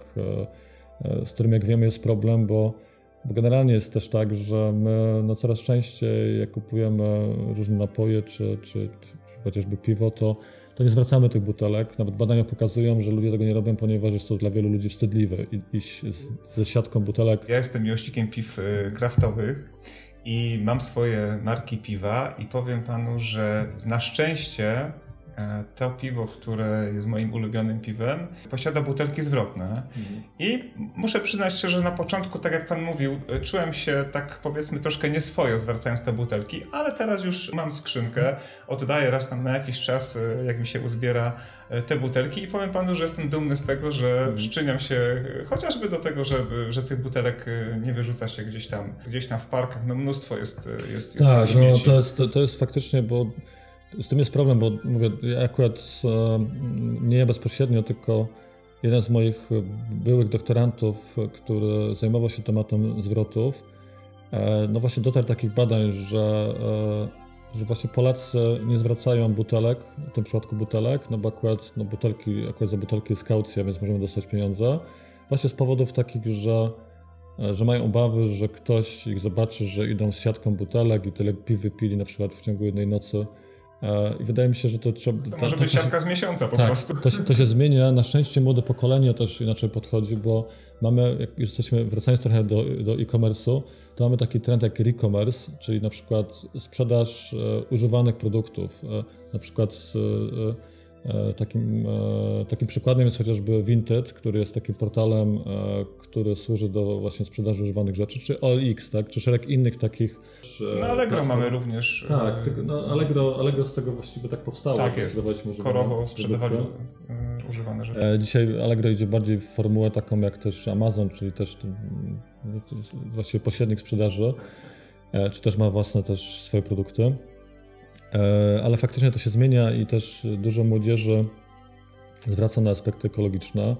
z którym, jak wiemy, jest problem, bo, bo generalnie jest też tak, że my no, coraz częściej, jak kupujemy różne napoje czy, czy, czy chociażby piwo, to, to nie zwracamy tych butelek. Nawet badania pokazują, że ludzie tego nie robią, ponieważ jest to dla wielu ludzi wstydliwe iść ze siatką butelek. Ja jestem miłośnikiem piw kraftowych i mam swoje marki piwa i powiem panu, że na szczęście to piwo, które jest moim ulubionym piwem, posiada butelki zwrotne. Mhm. I muszę przyznać szczerze, że na początku, tak jak pan mówił, czułem się tak, powiedzmy, troszkę nieswojo zwracając te butelki, ale teraz już mam skrzynkę, oddaję raz tam na jakiś czas, jak mi się uzbiera te butelki i powiem panu, że jestem dumny z tego, że mhm. przyczyniam się chociażby do tego, żeby, że tych butelek nie wyrzuca się gdzieś tam, gdzieś tam w parkach. No mnóstwo jest, jest, jest tak, no to jest, to, to jest faktycznie, bo z tym jest problem, bo mówię, ja akurat nie ja bezpośrednio, tylko jeden z moich byłych doktorantów, który zajmował się tematem zwrotów, no właśnie dotarł do takich badań, że, że właśnie Polacy nie zwracają butelek, w tym przypadku butelek, no bo akurat no butelki, akurat za butelki jest kaucja, więc możemy dostać pieniądze, właśnie z powodów takich, że że mają obawy, że ktoś ich zobaczy, że idą z siatką butelek i tyle piw wypili na przykład w ciągu jednej nocy. I wydaje mi się, że to trzeba... To może to, być to siatka się, z miesiąca po tak, prostu. To, to się zmienia. Na szczęście młode pokolenie też inaczej podchodzi, bo mamy, jak już jesteśmy, wracając trochę do, do e-commerce'u, to mamy taki trend jak re-commerce, czyli na przykład sprzedaż e, używanych produktów. E, na przykład e, e, takim, e, takim przykładem jest chociażby Vinted, który jest takim portalem, e, który służy do właśnie sprzedaży używanych rzeczy, czy O L X, tak, czy szereg innych takich. No Allegro tak, mamy również. Tak, tylko, no, Allegro, Allegro z tego właściwie tak powstało. Tak jest, korowo sprzedawali używane rzeczy. Dzisiaj Allegro idzie bardziej w formułę taką jak też Amazon, czyli też no, właściwie pośrednik sprzedaży, czy też ma własne też swoje produkty. Ale faktycznie to się zmienia i też dużo młodzieży zwraca na aspekty ekologiczne.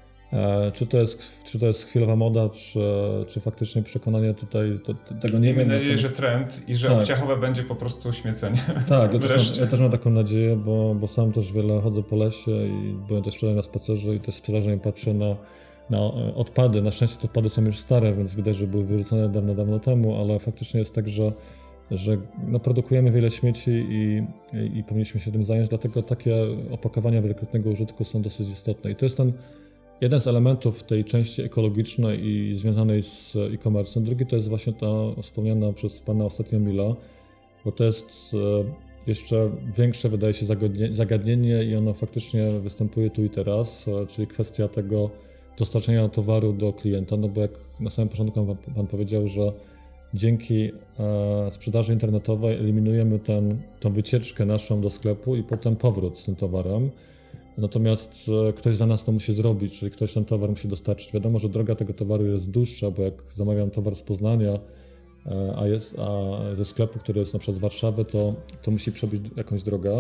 Czy to jest, czy to jest chwilowa moda, czy, czy faktycznie przekonanie tutaj, to, tego nie wiem. Miejmy nadzieję, że trend i że tak. Obciachowe będzie po prostu śmiecenie. Tak, ja też, mam, ja też mam taką nadzieję, bo, bo sam też wiele chodzę po lesie i byłem też wczoraj na spacerze i też z przerażeniem patrzę na, na odpady. Na szczęście te odpady są już stare, więc widać, że były wyrzucone dawno, dawno temu, ale faktycznie jest tak, że że no, produkujemy wiele śmieci i, i, i powinniśmy się tym zająć, dlatego takie opakowania wielokrotnego użytku są dosyć istotne. I to jest ten jeden z elementów tej części ekologicznej i związanej z e-commerce'em. Drugi to jest właśnie ta wspomniana przez Pana ostatnio Mila, bo to jest jeszcze większe, wydaje się, zagadnienie i ono faktycznie występuje tu i teraz, czyli kwestia tego dostarczenia towaru do klienta, no bo jak na samym początku Pan, pan powiedział, że dzięki e, sprzedaży internetowej eliminujemy ten, tą wycieczkę naszą do sklepu i potem powrót z tym towarem. Natomiast e, ktoś za nas to musi zrobić, czyli ktoś ten towar musi dostarczyć. Wiadomo, że droga tego towaru jest dłuższa, bo jak zamawiam towar z Poznania, e, a, jest, a ze sklepu, który jest na przykład z Warszawy, to, to musi przebyć jakąś drogę.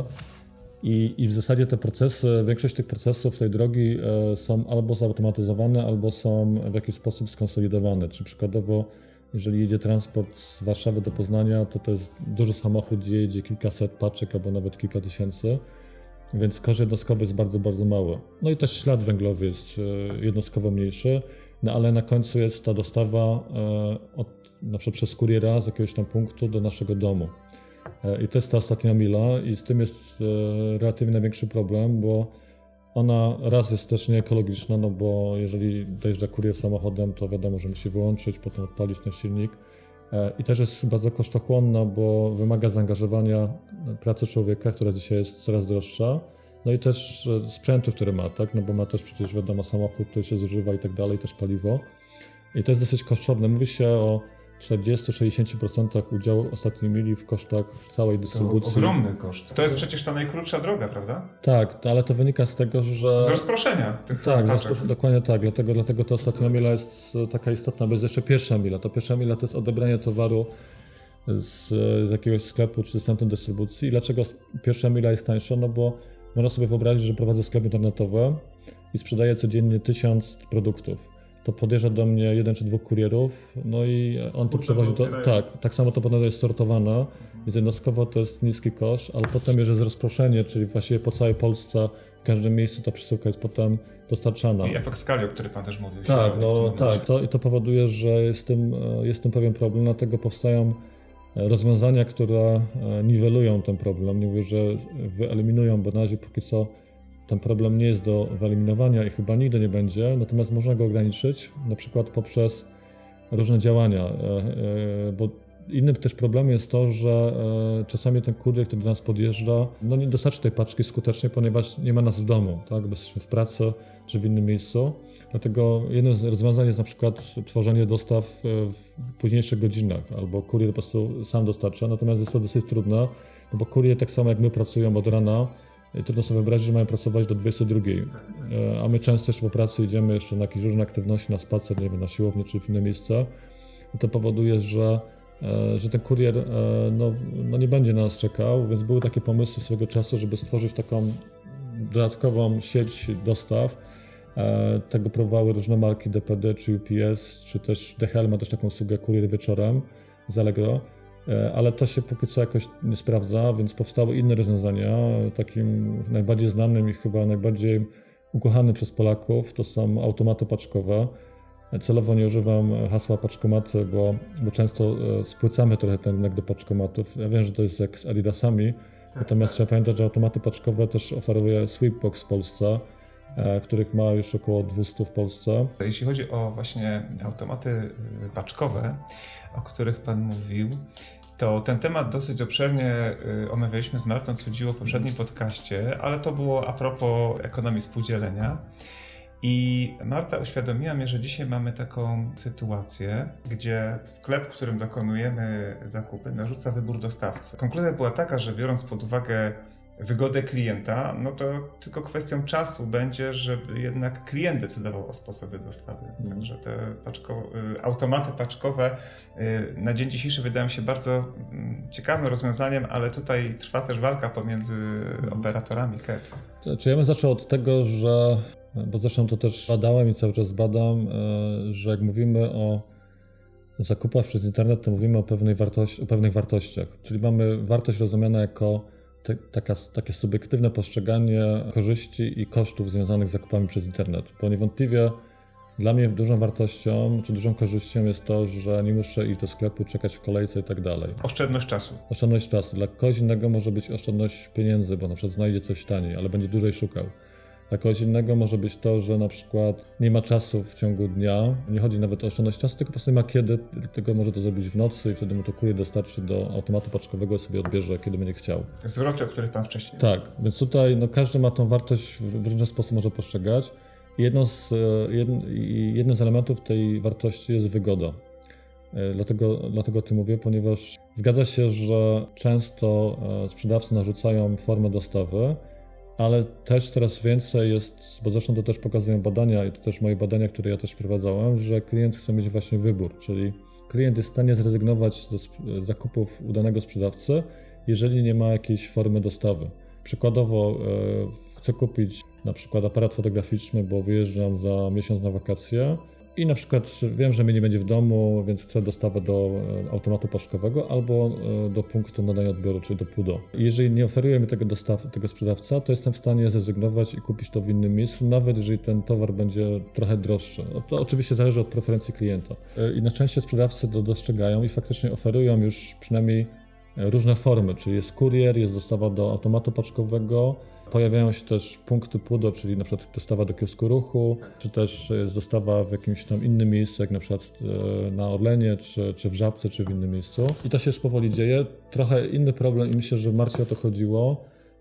I, I w zasadzie te procesy, większość tych procesów tej drogi e, są albo zautomatyzowane, albo są w jakiś sposób skonsolidowane. Czyli przykładowo jeżeli jedzie transport z Warszawy do Poznania, to to jest duży samochód, gdzie jedzie kilkaset paczek albo nawet kilka tysięcy, więc koszt jednostkowy jest bardzo, bardzo mały. No i też ślad węglowy jest jednostkowo mniejszy, no ale na końcu jest ta dostawa od, na przykład przez kuriera z jakiegoś tam punktu do naszego domu. I to jest ta ostatnia mila i z tym jest relatywnie największy problem, bo ona raz jest też nieekologiczna, no bo jeżeli dojeżdża kurier samochodem, to wiadomo, że musi wyłączyć, potem odpalić ten silnik. I też jest bardzo kosztochłonna, bo wymaga zaangażowania pracy człowieka, która dzisiaj jest coraz droższa. No i też sprzętu, który ma, tak? No bo ma też przecież wiadomo samochód, który się zużywa i tak dalej, też paliwo. I to jest dosyć kosztowne. Mówi się o czterdzieści do sześćdziesięciu procent udziału ostatniej mili w kosztach całej dystrybucji. To ogromny koszt. To jest przecież ta najkrótsza droga, prawda? Tak, ale to wynika z tego, że... Z rozproszenia tych Tak, paczek. dokładnie tak. Dlatego, dlatego ta ostatnia mila jest taka istotna, bo jest jeszcze pierwsza mila. To pierwsza mila to jest odebranie towaru z, z jakiegoś sklepu czy z centrum dystrybucji. I dlaczego pierwsza mila jest tańsza? No bo można sobie wyobrazić, że prowadzę sklep internetowy i sprzedaję codziennie tysiąc produktów. To podjeżdża do mnie jeden czy dwóch kurierów, no i on to przewozi do... Tak, tak samo to potem jest sortowane, więc jednostkowo to jest niski koszt, ale potem już jest rozproszenie, czyli właściwie po całej Polsce, w każdym miejscu ta przesyłka jest potem dostarczana. I efekt skali, o którym Pan też mówił. Tak, no tak, to, i to powoduje, że jest tym, jest tym pewien problem, dlatego powstają rozwiązania, które niwelują ten problem. Nie mówię, że wyeliminują, bo na razie póki co ten problem nie jest do wyeliminowania i chyba nigdy nie będzie, natomiast można go ograniczyć, na przykład poprzez różne działania, bo innym też problemem jest to, że czasami ten kurier, który do nas podjeżdża, no nie dostarczy tej paczki skutecznie, ponieważ nie ma nas w domu, tak? Bo jesteśmy w pracy czy w innym miejscu. Dlatego jednym z rozwiązań jest na przykład tworzenie dostaw w późniejszych godzinach, albo kurier po prostu sam dostarcza, natomiast jest to dosyć trudne, no bo kurier tak samo jak my pracują od rana, i trudno sobie wyobrazić, że mają pracować do dwudziestej drugiej, a my często jeszcze po pracy idziemy jeszcze na jakieś różne aktywności, na spacer, nie wiem, na siłownię czy w inne miejsce. I to powoduje, że, że ten kurier no, no nie będzie na nas czekał, więc były takie pomysły swego czasu, żeby stworzyć taką dodatkową sieć dostaw. Tego próbowały różne marki D P D czy U P S, czy też D H L ma też taką usługę kurier wieczorem z Allegro. Ale to się póki co jakoś nie sprawdza, więc powstały inne rozwiązania. Takim najbardziej znanym i chyba najbardziej ukochanym przez Polaków to są automaty paczkowe. Celowo nie używam hasła paczkomaty, bo, bo często spłycamy trochę ten rynek do paczkomatów. Ja wiem, że to jest jak z Adidasami, tak, natomiast tak. Trzeba pamiętać, że automaty paczkowe też oferuje Sweetbox w Polsce, których ma już około dwieście w Polsce. Jeśli chodzi o właśnie automaty paczkowe, o których Pan mówił, to ten temat dosyć obszernie omawialiśmy z Martą Cudziło w poprzednim podcaście, ale to było a propos ekonomii współdzielenia. I Marta uświadomiła mnie, że dzisiaj mamy taką sytuację, gdzie sklep, w którym dokonujemy zakupy, narzuca wybór dostawcy. Konkluzja była taka, że biorąc pod uwagę wygodę klienta, no to tylko kwestią czasu będzie, żeby jednak klient decydował o sposobie dostawy. Mm. Także te paczko, automaty paczkowe na dzień dzisiejszy wydają się bardzo ciekawym rozwiązaniem, ale tutaj trwa też walka pomiędzy mm. operatorami K E T. Czy ja bym zaczął od tego, że, bo zresztą to też badałem i cały czas badam, że jak mówimy o zakupach przez internet, to mówimy o, pewnej wartości, o pewnych wartościach. Czyli mamy wartość rozumiana jako Te, taka, takie subiektywne postrzeganie korzyści i kosztów związanych z zakupami przez internet. Bo niewątpliwie dla mnie dużą wartością czy dużą korzyścią jest to, że nie muszę iść do sklepu, czekać w kolejce i tak dalej. Oszczędność czasu. Oszczędność czasu. Dla kogoś innego może być oszczędność pieniędzy, bo na przykład znajdzie coś taniej, ale będzie dłużej szukał. Dla kogoś innego może być to, że na przykład nie ma czasu w ciągu dnia, nie chodzi nawet o oszczędność czasu, tylko po prostu nie ma kiedy, tylko może to zrobić w nocy i wtedy mu to kurier dostarczy do automatu paczkowego, sobie odbierze, kiedy będzie chciał. Zwroty, o których Pan wcześniej Tak, więc tutaj no, każdy ma tą wartość w różny sposób może postrzegać. Jedno z, jedno, jednym z elementów tej wartości jest wygoda. Dlatego, dlatego o tym mówię, ponieważ zgadza się, że często sprzedawcy narzucają formę dostawy, ale też coraz więcej jest, bo zresztą to też pokazują badania i to też moje badania, które ja też prowadzałem, że klient chce mieć właśnie wybór, czyli klient jest w stanie zrezygnować ze zakupów u danego sprzedawcy, jeżeli nie ma jakiejś formy dostawy. Przykładowo e, chcę kupić na przykład aparat fotograficzny, bo wyjeżdżam za miesiąc na wakacje i na przykład wiem, że mnie nie będzie w domu, więc chcę dostawę do automatu paczkowego albo do punktu nadania odbioru, czyli do PUDO. Jeżeli nie oferuje mi tego, dostaw, tego sprzedawca, to jestem w stanie zrezygnować i kupić to w innym miejscu, nawet jeżeli ten towar będzie trochę droższy. No to oczywiście zależy od preferencji klienta. I na szczęście sprzedawcy to dostrzegają i faktycznie oferują już przynajmniej różne formy, czyli jest kurier, jest dostawa do automatu paczkowego, pojawiają się też punkty PUDO, czyli na przykład dostawa do kiosku ruchu, czy też jest dostawa w jakimś tam innym miejscu, jak na przykład na Orlenie, czy, czy w Żabce, czy w innym miejscu. I to się już powoli dzieje. Trochę inny problem i myślę, że Marcie o to chodziło,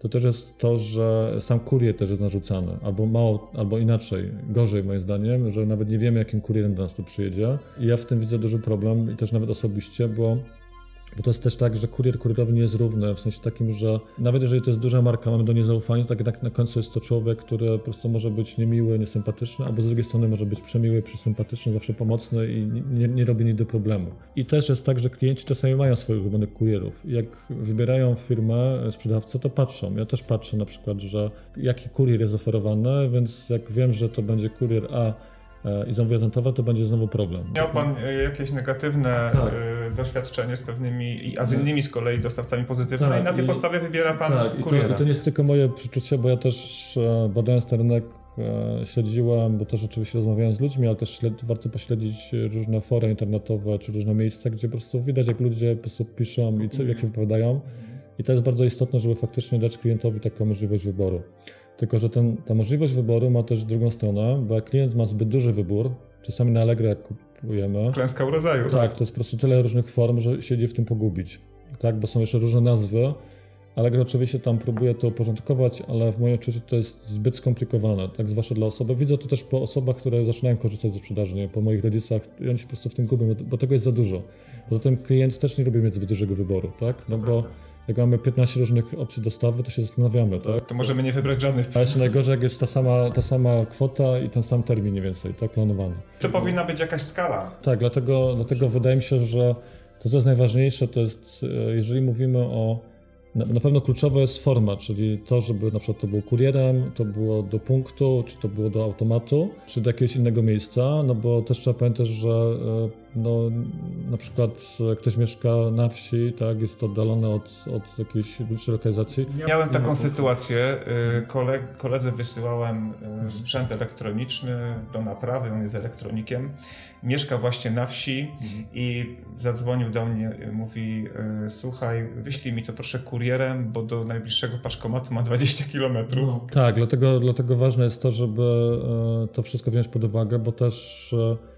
to też jest to, że sam kurier też jest narzucany, albo mało, albo inaczej, gorzej moim zdaniem, że nawet nie wiemy, jakim kurierem do nas to przyjedzie. I ja w tym widzę duży problem i też nawet osobiście, bo Bo to jest też tak, że kurier kurierowy nie jest równy, w sensie takim, że nawet jeżeli to jest duża marka, mamy do niej zaufanie, to tak na końcu jest to człowiek, który po prostu może być niemiły, niesympatyczny, albo z drugiej strony może być przemiły, przysympatyczny, zawsze pomocny i nie, nie robi nigdy problemu. I też jest tak, że klienci czasami mają swoich ulubionych kurierów. Jak wybierają firmę, sprzedawcę, to patrzą. Ja też patrzę na przykład, że jaki kurier jest oferowany, więc jak wiem, że to będzie kurier A, i zamówienia tentowe, to będzie znowu problem. Miał Pan jakieś negatywne tak. doświadczenie z pewnymi, a z innymi z kolei dostawcami pozytywne tak. i na tej I, podstawie wybiera Pan tak. kuriera. I to, I to nie jest tylko moje przeczucie, bo ja też badając ten rynek śledziłem, bo też oczywiście rozmawiałem z ludźmi, ale też śled, warto pośledzić różne fora internetowe czy różne miejsca, gdzie po prostu widać, jak ludzie po prostu piszą i co, jak się wypowiadają. I to jest bardzo istotne, żeby faktycznie dać klientowi taką możliwość wyboru. Tylko że ten, ta możliwość wyboru ma też drugą stronę, bo jak klient ma zbyt duży wybór, czasami na Allegro jak kupujemy... Klęska urodzaju. Tak, to jest po prostu tyle różnych form, że się idzie w tym pogubić. Tak, bo są jeszcze różne nazwy. Allegro oczywiście tam próbuje to uporządkować, ale w moim odczuciu to jest zbyt skomplikowane, tak zwłaszcza dla osoby. Widzę to też po osobach, które zaczynają korzystać ze sprzedaży, nie? Po moich rodzicach i oni się po prostu w tym gubią, bo tego jest za dużo. Poza tym klient też nie lubi mieć zbyt dużego wyboru, tak? No bo jak mamy piętnaście różnych opcji dostawy, to się zastanawiamy, tak? To możemy nie wybrać żadnych. A jeszcze najgorzej, jak jest ta sama, ta sama kwota i ten sam termin mniej więcej, tak planowany. To powinna być jakaś skala. Tak, dlatego, dlatego wydaje mi się, że to, co jest najważniejsze, to jest, jeżeli mówimy o... Na, na pewno kluczowa jest forma, czyli to, żeby na przykład to było kurierem, to było do punktu, czy to było do automatu, czy do jakiegoś innego miejsca, no bo też trzeba pamiętać, że no, na przykład ktoś mieszka na wsi, tak, jest to oddalone od, od jakiejś dłuższej lokalizacji. Miałem taką sytuację, koleg, koledze wysyłałem sprzęt elektroniczny do naprawy, on jest elektronikiem, mieszka właśnie na wsi i zadzwonił do mnie, mówi: słuchaj, wyślij mi to proszę kurierem, bo do najbliższego paczkomatu ma dwadzieścia kilometrów. No, tak, dlatego, dlatego ważne jest to, żeby to wszystko wziąć pod uwagę, bo też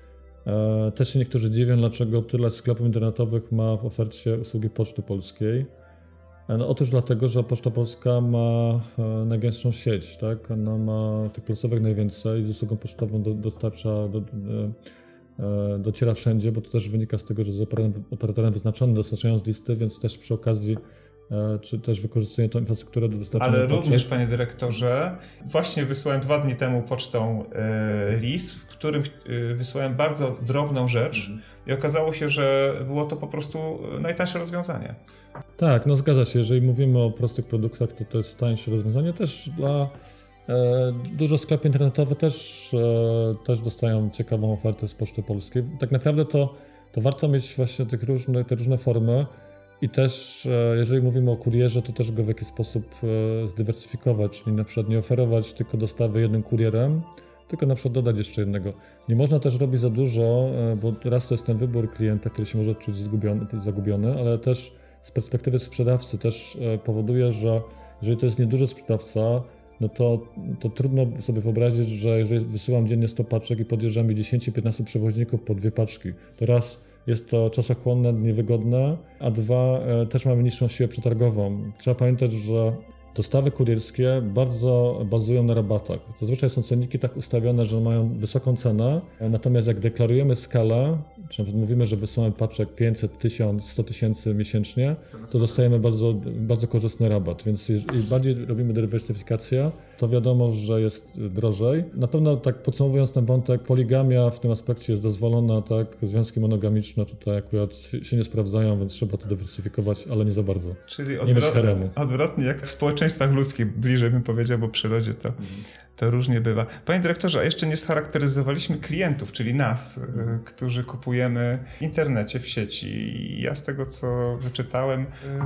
Też się niektórzy dziwią, dlaczego tyle sklepów internetowych ma w ofercie usługi Poczty Polskiej. No, otóż dlatego, że Poczta Polska ma najgęstszą sieć, tak? Ona ma tych placówek najwięcej, z usługą pocztową do, dostarcza, do, do, dociera wszędzie, bo to też wynika z tego, że z operatorem, operatorem wyznaczonym dostarczają z listy, więc też przy okazji czy też wykorzystują tą infrastrukturę do dostarczania Ale poczet. również, panie dyrektorze, właśnie wysłałem dwa dni temu pocztą e, list, w którym e, wysłałem bardzo drobną rzecz mm. i okazało się, że było to po prostu najtańsze rozwiązanie. Tak, no zgadza się. Jeżeli mówimy o prostych produktach, to to jest tańsze rozwiązanie. Też dla e, dużo sklepów internetowych też, e, też dostają ciekawą ofertę z Poczty Polskiej. Tak naprawdę to, to warto mieć właśnie tych różne, te różne formy. I też, jeżeli mówimy o kurierze, to też go w jakiś sposób zdywersyfikować, czyli na przykład nie oferować tylko dostawy jednym kurierem, tylko na przykład dodać jeszcze jednego. Nie można też robić za dużo, bo raz to jest ten wybór klienta, który się może czuć zgubiony, zagubiony, ale też z perspektywy sprzedawcy też powoduje, że jeżeli to jest nieduży sprzedawca, no to, to trudno sobie wyobrazić, że jeżeli wysyłam dziennie sto paczek i podjeżdżam mi dziesięć piętnaście przewoźników po dwie paczki, to raz jest to czasochłonne, niewygodne, a dwa, też mamy niższą siłę przetargową. Trzeba pamiętać, że dostawy kurierskie bardzo bazują na rabatach. Zazwyczaj są cenniki tak ustawione, że mają wysoką cenę, natomiast jak deklarujemy skalę, czy na przykład mówimy, że wysyłamy paczek pięćset, tysiąc, sto tysięcy miesięcznie, to dostajemy bardzo, bardzo korzystny rabat, więc jeżeli bardziej robimy dywersyfikację, to wiadomo, że jest drożej. Na pewno tak podsumowując ten wątek, poligamia w tym aspekcie jest dozwolona, tak, związki monogamiczne tutaj akurat się nie sprawdzają, więc trzeba to dywersyfikować, ale nie za bardzo. Czyli nie mieć haremu. Odwrotnie, jak w społeczeństwach ludzkich, bliżej bym powiedział, bo w przyrodzie to, to różnie bywa. Panie dyrektorze, a jeszcze nie scharakteryzowaliśmy klientów, czyli nas, y, którzy kupujemy w internecie, w sieci. I ja z tego, co wyczytałem,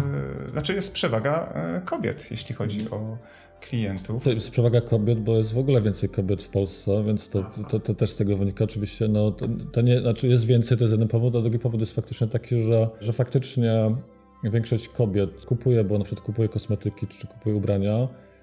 y, znaczy jest przewaga y, kobiet, jeśli chodzi o klientów. To jest przewaga kobiet, bo jest w ogóle więcej kobiet w Polsce, więc to, to, to też z tego wynika oczywiście. No, to, to nie, znaczy jest więcej, to jest jeden powód, a drugi powód jest faktycznie taki, że, że faktycznie większość kobiet kupuje, bo na przykład kupuje kosmetyki czy kupuje ubrania.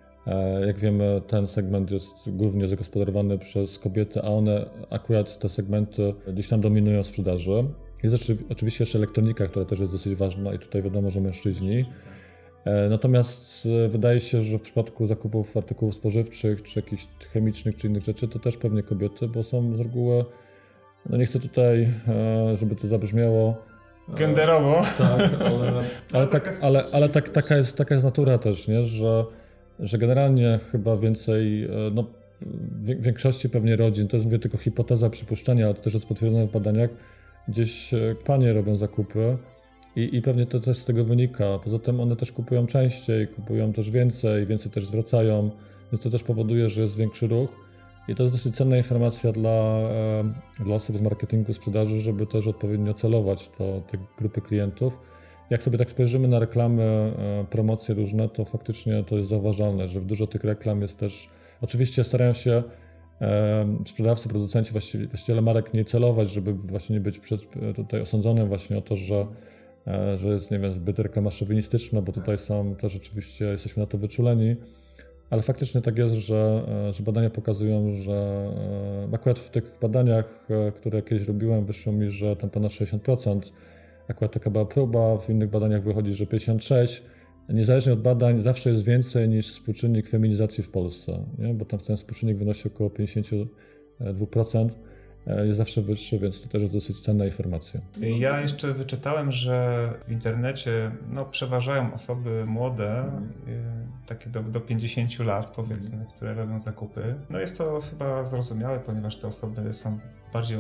Jak wiemy, ten segment jest głównie zagospodarowany przez kobiety, a one akurat te segmenty gdzieś tam dominują w sprzedaży. Jest oczywiście jeszcze elektronika, która też jest dosyć ważna i tutaj wiadomo, że mężczyźni. Natomiast wydaje się, że w przypadku zakupów artykułów spożywczych, czy jakichś chemicznych, czy innych rzeczy, to też pewnie kobiety, bo są z reguły, no nie chcę tutaj, żeby to zabrzmiało genderowo. Tak, ale, ale, tak, ale, ale tak, taka, jest, taka jest natura też, nie? Że, że generalnie chyba więcej, no w większości pewnie rodzin, to jest mówię tylko hipoteza, przypuszczenia, ale to też jest potwierdzone w badaniach, gdzieś panie robią zakupy i, i pewnie to też z tego wynika. Poza tym one też kupują częściej, kupują też więcej, więcej też zwracają, więc to też powoduje, że jest większy ruch. I to jest dosyć cenna informacja dla, dla osób z marketingu, sprzedaży, żeby też odpowiednio celować to, te grupy klientów. Jak sobie tak spojrzymy na reklamy, promocje różne, to faktycznie to jest zauważalne, że dużo tych reklam jest też... Oczywiście starają się sprzedawcy, producenci, właściciele marek nie celować, żeby właśnie nie być przed, tutaj osądzonym właśnie o to, że, że jest, nie wiem, zbyt reklama szowinistyczna, bo tutaj są też oczywiście, jesteśmy na to wyczuleni. Ale faktycznie tak jest, że, że badania pokazują, że akurat w tych badaniach, które kiedyś robiłem, wyszło mi, że tam ponad sześćdziesiąt procent, akurat taka była próba, w innych badaniach wychodzi, że pięćdziesiąt sześć procent. Niezależnie od badań zawsze jest więcej niż współczynnik feminizacji w Polsce, nie? Bo tam ten współczynnik wynosi około pięćdziesiąt dwa procent. Jest zawsze wyższy, więc to też jest dosyć cenna informacja. Ja jeszcze wyczytałem, że w internecie no, przeważają osoby młode, takie do, do pięćdziesięciu lat powiedzmy, które robią zakupy. No jest to chyba zrozumiałe, ponieważ te osoby są bardziej e,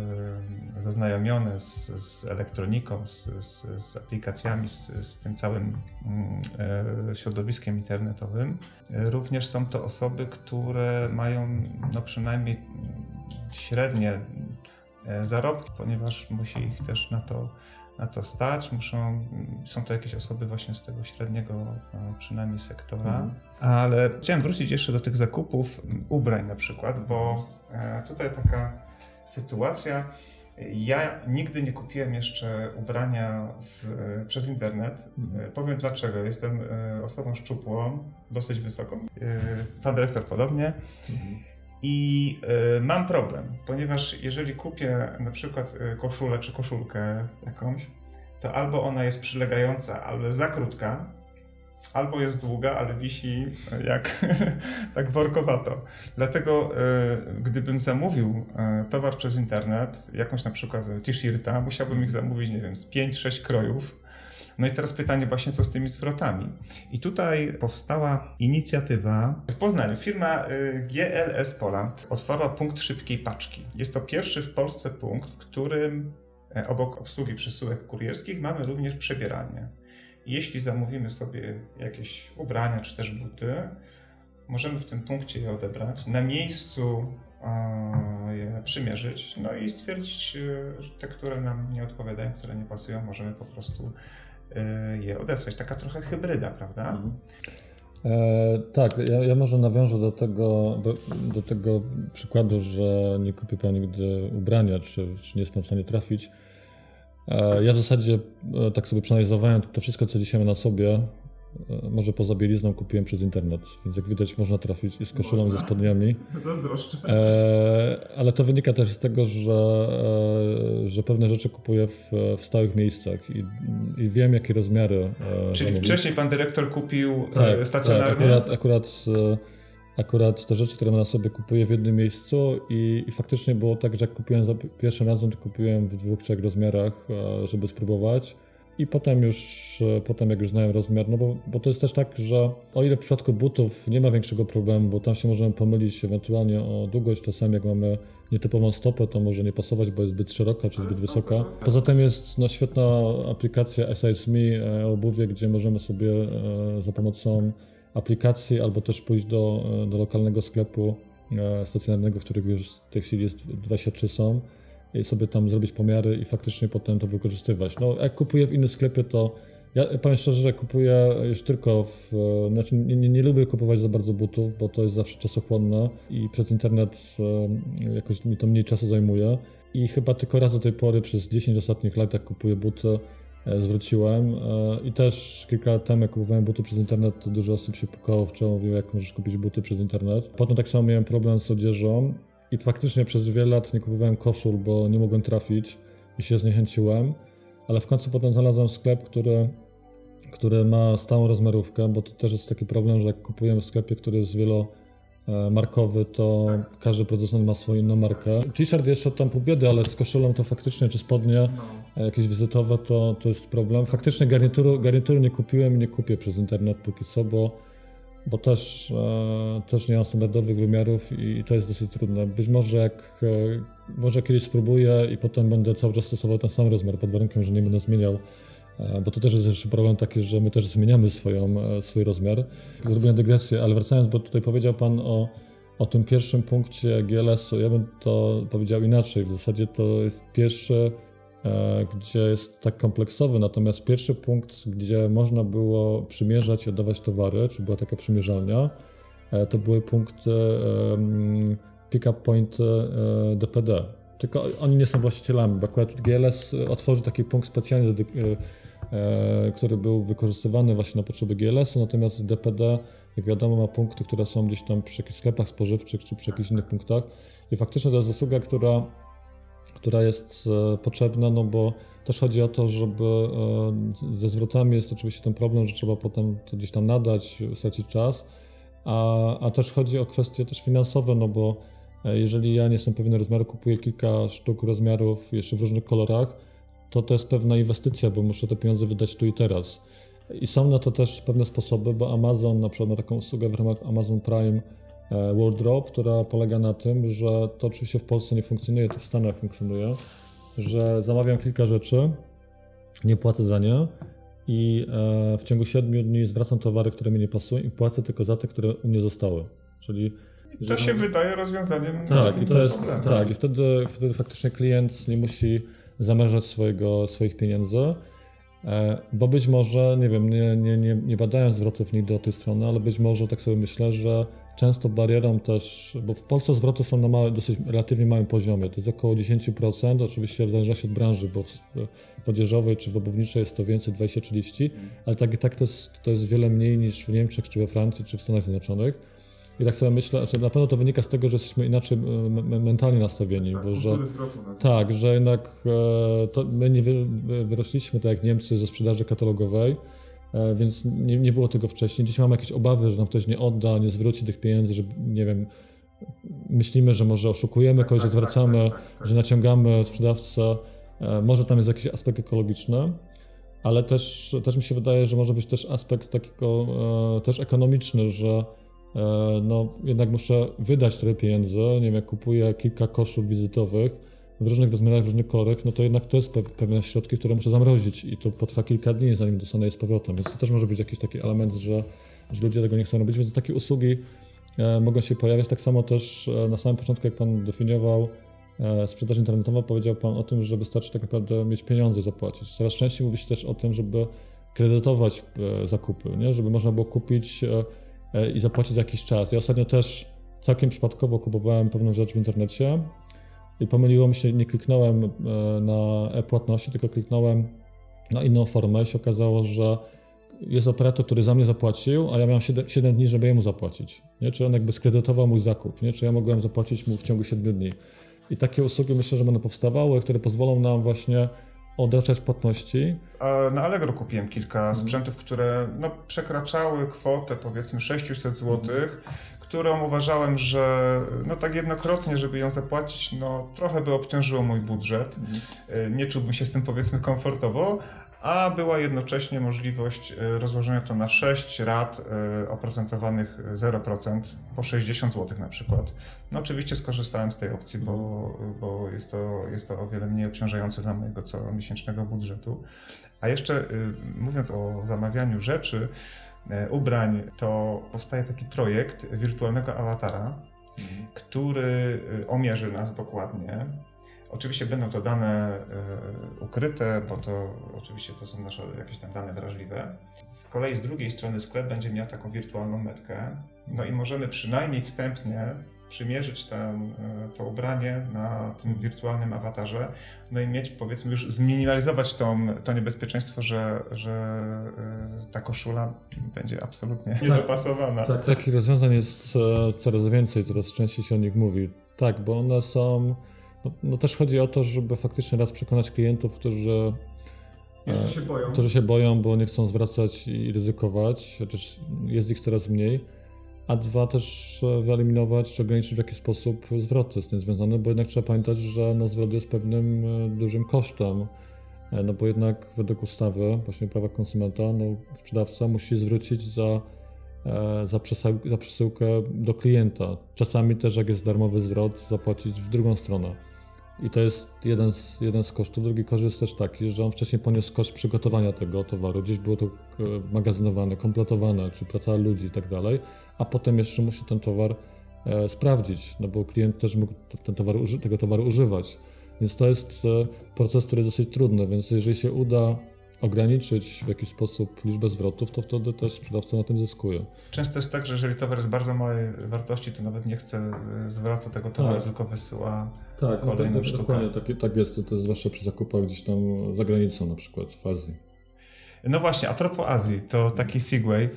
zaznajomione z, z elektroniką, z, z, z aplikacjami, z, z tym całym e, środowiskiem internetowym. E, również są to osoby, które mają no, przynajmniej średnie zarobki, ponieważ musi ich też na to, na to stać. Muszą, są to jakieś osoby właśnie z tego średniego przynajmniej sektora. Mhm. Ale chciałem wrócić jeszcze do tych zakupów ubrań na przykład, bo tutaj taka sytuacja. Ja nigdy nie kupiłem jeszcze ubrania z, przez internet. Mhm. Powiem dlaczego. Jestem osobą szczupłą, dosyć wysoką. Pan dyrektor podobnie. Mhm. I y, mam problem, ponieważ jeżeli kupię na przykład koszulę czy koszulkę jakąś, to albo ona jest przylegająca, ale za krótka, albo jest długa, ale wisi jak tak workowato. Dlatego y, gdybym zamówił y, towar przez internet, jakąś na przykład t-shirta, musiałbym ich zamówić, nie wiem, z pięć sześć krojów. No i teraz pytanie właśnie, co z tymi zwrotami. I tutaj powstała inicjatywa w Poznaniu. Firma G L S Poland otwarła punkt szybkiej paczki. Jest to pierwszy w Polsce punkt, w którym obok obsługi przesyłek kurierskich mamy również przebieralnię. I jeśli zamówimy sobie jakieś ubrania czy też buty, możemy w tym punkcie je odebrać, na miejscu je przymierzyć, no i stwierdzić, że te, które nam nie odpowiadają, które nie pasują, możemy po prostu je odesłać. Taka trochę hybryda, prawda? Mhm. E, tak, ja, ja może nawiążę do tego, do, do tego przykładu, że nie kupię pan nigdy ubrania, czy, czy nie jest pan w stanie trafić. E, ja w zasadzie e, tak sobie przeanalizowałem to wszystko, co dzisiaj mam na sobie, e, może poza bielizną kupiłem przez internet, więc jak widać można trafić i z koszulą, można. Ze spodniami. Zazdroszczę. E, ale to wynika też z tego, że, e, że pewne rzeczy kupuję w, w stałych miejscach i, i wiem, jakie rozmiary. E, Czyli zamówić. Wcześniej pan dyrektor kupił tak, stacjonarnie? Tak, akurat, akurat, akurat te rzeczy, które mam na sobie, kupuję w jednym miejscu i, i faktycznie było tak, że jak kupiłem za pierwszym razem, to kupiłem w dwóch, trzech rozmiarach, żeby spróbować. I potem już, potem jak już znałem rozmiar, no bo, bo to jest też tak, że o ile w przypadku butów nie ma większego problemu, bo tam się możemy pomylić ewentualnie o długość, czasami jak mamy nietypową stopę, to może nie pasować, bo jest zbyt szeroka czy zbyt wysoka. Poza tym jest no, świetna aplikacja Size Me obuwie, gdzie możemy sobie za pomocą aplikacji albo też pójść do, do lokalnego sklepu stacjonarnego, w których już w tej chwili jest dwadzieścia trzy są. I sobie tam zrobić pomiary i faktycznie potem to wykorzystywać. No, jak kupuję w innym sklepie, to ja powiem szczerze, że kupuję już tylko w... Znaczy nie, nie, nie lubię kupować za bardzo butów, bo to jest zawsze czasochłonne i przez internet jakoś mi to mniej czasu zajmuje. I chyba tylko raz do tej pory przez dziesięć ostatnich lat, jak kupuję buty, zwróciłem. I też kilka lat temu, jak kupowałem buty przez internet, to dużo osób się pukało w czoło, mówiło, jak możesz kupić buty przez internet. Potem tak samo miałem problem z odzieżą. I faktycznie przez wiele lat nie kupowałem koszul, bo nie mogłem trafić i się zniechęciłem, ale w końcu potem znalazłem sklep, który który ma stałą rozmiarówkę, bo to też jest taki problem, że jak kupujemy w sklepie, który jest wielomarkowy, to każdy producent ma swoją inną markę. T-shirt jeszcze tam pół biedy, ale z koszulą to faktycznie, czy spodnie jakieś wizytowe, to, to jest problem. Faktycznie garnituru, garnituru nie kupiłem i nie kupię przez internet póki co, bo, bo też, e, też nie mam standardowych wymiarów i, i to jest dosyć trudne. Być może jak e, może kiedyś spróbuję i potem będę cały czas stosował ten sam rozmiar, pod warunkiem, że nie będę zmieniał. Bo to też jest jeszcze problem taki, że my też zmieniamy swoją, swój rozmiar. Zrobiłem dygresję, ale wracając, bo tutaj powiedział Pan o, o tym pierwszym punkcie G L S-u, ja bym to powiedział inaczej. W zasadzie to jest pierwszy, e, gdzie jest tak kompleksowy, natomiast pierwszy punkt, gdzie można było przymierzać i oddawać towary, czy była taka przymierzalnia, e, to były punkty e, pick-up point e, D P D. Tylko oni nie są właścicielami, bo akurat G L S otworzył taki punkt specjalny, e, który był wykorzystywany właśnie na potrzeby G L S-u, natomiast D P D, jak wiadomo, ma punkty, które są gdzieś tam przy jakichś sklepach spożywczych czy przy jakichś innych punktach i faktycznie to jest usługa, która, która jest e, potrzebna, no bo też chodzi o to, żeby e, ze zwrotami jest oczywiście ten problem, że trzeba potem to gdzieś tam nadać, stracić czas, a, a też chodzi o kwestie też finansowe, no bo jeżeli ja nie jestem pewien rozmiaru, kupuję kilka sztuk rozmiarów jeszcze w różnych kolorach, to to jest pewna inwestycja, bo muszę te pieniądze wydać tu i teraz. I są na to też pewne sposoby, bo Amazon na przykład ma taką usługę w ramach Amazon Prime Wardrobe, która polega na tym, że to oczywiście w Polsce nie funkcjonuje, to w Stanach funkcjonuje, że zamawiam kilka rzeczy, nie płacę za nie i w ciągu siedmiu dni zwracam towary, które mi nie pasują i płacę tylko za te, które u mnie zostały. Czyli to się wydaje rozwiązaniem. Tak, i to jest, tak, i wtedy, wtedy faktycznie klient nie musi zamrażać swojego, swoich pieniędzy, bo być może, nie wiem, nie, nie, nie, nie badając zwrotów nigdy do tej strony, ale być może tak sobie myślę, że często barierą też, bo w Polsce zwroty są na małe, dosyć relatywnie małym poziomie, to jest około dziesięć procent, oczywiście w zależności od branży, bo w odzieżowej czy w obuwniczej jest to więcej, dwadzieścia trzydzieści, ale tak i tak to jest, to jest wiele mniej niż w Niemczech, czy we Francji, czy w Stanach Zjednoczonych. I tak sobie myślę, że na pewno to wynika z tego, że jesteśmy inaczej mentalnie nastawieni, tak, bo że tak, że jednak to my nie wyrośliśmy tak jak Niemcy ze sprzedaży katalogowej, więc nie, nie było tego wcześniej. Dziś mamy jakieś obawy, że nam ktoś nie odda, nie zwróci tych pieniędzy, że nie wiem, myślimy, że może oszukujemy kogoś, że zwracamy, że naciągamy sprzedawcę. Może tam jest jakiś aspekt ekologiczny, ale też, też mi się wydaje, że może być też aspekt takiego też ekonomiczny, że no jednak muszę wydać trochę pieniędzy, nie wiem, jak kupuję kilka koszul wizytowych w różnych rozmiarach, w różnych kolorach, no to jednak to jest pewne środki, które muszę zamrozić i to potrwa kilka dni, zanim dostanę je z powrotem, więc to też może być jakiś taki element, że, że ludzie tego nie chcą robić, więc takie usługi e, mogą się pojawiać. Tak samo też e, na samym początku, jak Pan definiował e, sprzedaż internetową, powiedział Pan o tym, że wystarczy tak naprawdę mieć pieniądze zapłacić. Coraz częściej mówi się też o tym, żeby kredytować e, zakupy, nie? Żeby można było kupić e, i zapłacić za jakiś czas. Ja ostatnio też całkiem przypadkowo kupowałem pewną rzecz w internecie i pomyliło mi się, nie kliknąłem na e-płatności, tylko kliknąłem na inną formę i się okazało, że jest operator, który za mnie zapłacił, a ja miałem siedem dni, żeby jemu zapłacić. Nie? Czy on jakby skredytował mój zakup, nie? Czy ja mogłem zapłacić mu w ciągu siedmiu dni. I takie usługi myślę, że będą powstawały, które pozwolą nam właśnie odraczać płatności. Na Allegro kupiłem kilka sprzętów, które no, przekraczały kwotę powiedzmy sześćset złotych, którą uważałem, że no, tak jednokrotnie, żeby ją zapłacić, no, trochę by obciążyło mój budżet. Nie czułbym się z tym powiedzmy komfortowo, a była jednocześnie możliwość rozłożenia to na sześć rat oprocentowanych zero procent po sześćdziesiąt złotych na przykład. No oczywiście skorzystałem z tej opcji, bo, bo jest to, jest to o wiele mniej obciążające dla mojego comiesięcznego budżetu. A jeszcze mówiąc o zamawianiu rzeczy, ubrań, to powstaje taki projekt wirtualnego awatara, mhm. który omierzy nas dokładnie. Oczywiście będą to dane y, ukryte, bo to oczywiście to są nasze jakieś tam dane wrażliwe. Z kolei z drugiej strony sklep będzie miał taką wirtualną metkę, no i możemy przynajmniej wstępnie przymierzyć ten, to ubranie na tym wirtualnym awatarze, no i mieć, powiedzmy, już zminimalizować tą, to niebezpieczeństwo, że, że ta koszula będzie absolutnie tak, niedopasowana. Tak, takich rozwiązań jest coraz więcej, coraz częściej się o nich mówi. Tak, bo one są... No, no też chodzi o to, żeby faktycznie raz przekonać klientów, którzy Jeszcze się boją. To, że się boją, bo nie chcą zwracać i ryzykować, chociaż jest ich coraz mniej. A dwa też wyeliminować czy ograniczyć w jakiś sposób zwroty z tym związane, bo jednak trzeba pamiętać, że no, zwrot jest pewnym dużym kosztem. No bo jednak według ustawy, właśnie prawa konsumenta, no, sprzedawca musi zwrócić za, za, przesył, za przesyłkę do klienta. Czasami też jak jest darmowy zwrot, zapłacić w drugą stronę. I to jest jeden z, jeden z kosztów. Drugi koszt jest też taki, że on wcześniej poniósł koszt przygotowania tego towaru. Gdzieś było to magazynowane, kompletowane, czy praca ludzi i tak dalej, a potem jeszcze musi ten towar e, sprawdzić, no bo klient też mógł ten towar, tego towaru używać. Więc to jest e, proces, który jest dosyć trudny, więc jeżeli się uda ograniczyć w jakiś sposób liczbę zwrotów, to wtedy też sprzedawca na tym zyskuje. Często jest tak, że jeżeli towar jest bardzo małej wartości, to nawet nie chce zwracać tego towaru, tak. tylko wysyła tak, kolejną no, sztukę. Dokładnie, tak, tak jest, to, to jest zwłaszcza przy zakupach gdzieś tam za granicą, na przykład w Azji. No właśnie, a propos Azji, to taki segway.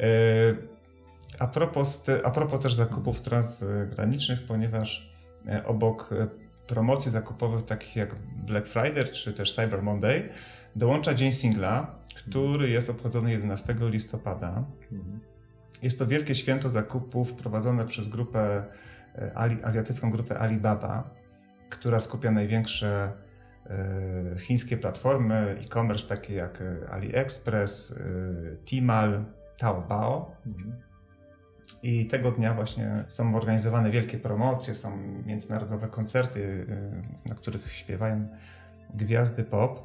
A propos, a propos też zakupów transgranicznych, ponieważ obok promocji zakupowych takich jak Black Friday czy też Cyber Monday dołącza Dzień Singla, który jest obchodzony jedenastego listopada. Jest to wielkie święto zakupów prowadzone przez grupę, azjatycką grupę Alibaba, która skupia największe chińskie platformy e-commerce takie jak AliExpress, Tmall, Taobao. I tego dnia właśnie są organizowane wielkie promocje, są międzynarodowe koncerty, na których śpiewają gwiazdy pop.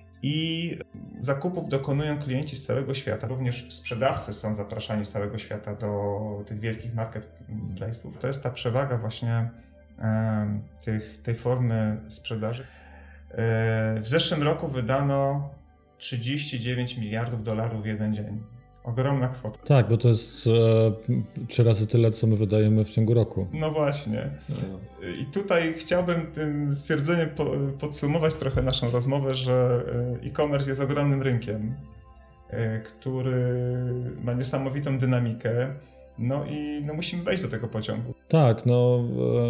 I zakupów dokonują klienci z całego świata. Również sprzedawcy są zapraszani z całego świata do tych wielkich marketplace'ów. To jest ta przewaga właśnie e, tych, tej formy sprzedaży. E, w zeszłym roku wydano trzydzieści dziewięć miliardów dolarów w jeden dzień. Ogromna kwota. Tak, bo to jest e, trzy razy tyle, co my wydajemy w ciągu roku. No właśnie. No. I tutaj chciałbym tym stwierdzeniem po, podsumować trochę naszą rozmowę, że e-commerce jest ogromnym rynkiem, e, który ma niesamowitą dynamikę. No i no, musimy wejść do tego pociągu. Tak, no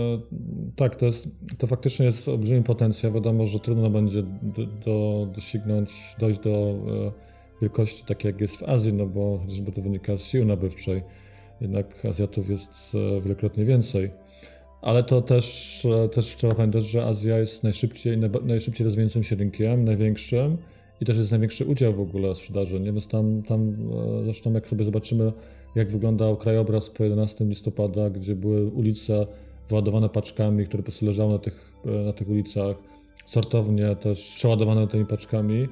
e, tak, to, jest, to faktycznie jest olbrzymi potencjał. Wiadomo, że trudno będzie do, do, dosięgnąć, dojść do e, wielkości takie jak jest w Azji, no bo chociażby to wynika z siły nabywczej, jednak Azjatów jest wielokrotnie więcej. Ale to też, też trzeba pamiętać, że Azja jest najszybciej, najszybciej rozwijającym się rynkiem, największym i też jest największy udział w ogóle w sprzedaży. Nie? Więc tam, tam zresztą jak sobie zobaczymy, jak wyglądał krajobraz po jedenastego listopada, gdzie były ulice wyładowane paczkami, które po prostu leżały na tych, na tych ulicach, sortownie też przeładowane tymi paczkami,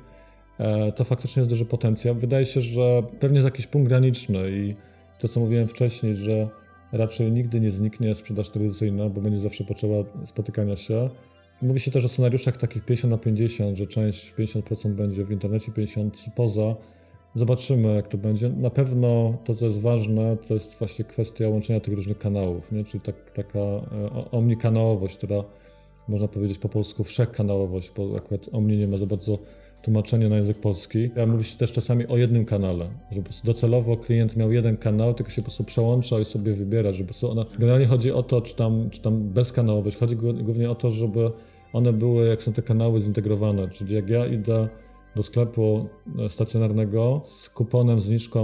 to faktycznie jest duży potencjał. Wydaje się, że pewnie jest jakiś punkt graniczny i to, co mówiłem wcześniej, że raczej nigdy nie zniknie sprzedaż tradycyjna, bo będzie zawsze potrzeba spotykania się. Mówi się też o scenariuszach takich pięćdziesiąt na pięćdziesiąt, że część pięćdziesiąt procent będzie w internecie, pięćdziesiąt procent poza. Zobaczymy, jak to będzie. Na pewno to, co jest ważne, to jest właśnie kwestia łączenia tych różnych kanałów, nie? Czyli tak, taka omnikanałowość, która można powiedzieć po polsku wszechkanałowość, bo akurat omni nie ma za bardzo tłumaczenie na język polski. Ja mówi się też czasami o jednym kanale, żeby po prostu docelowo klient miał jeden kanał, tylko się po prostu przełącza i sobie wybiera, żeby po prostu ona... Generalnie chodzi o to, czy tam, czy tam bezkanałowość, chodzi głównie o to, żeby one były, jak są te kanały, zintegrowane, czyli jak ja idę do sklepu stacjonarnego z kuponem, zniżką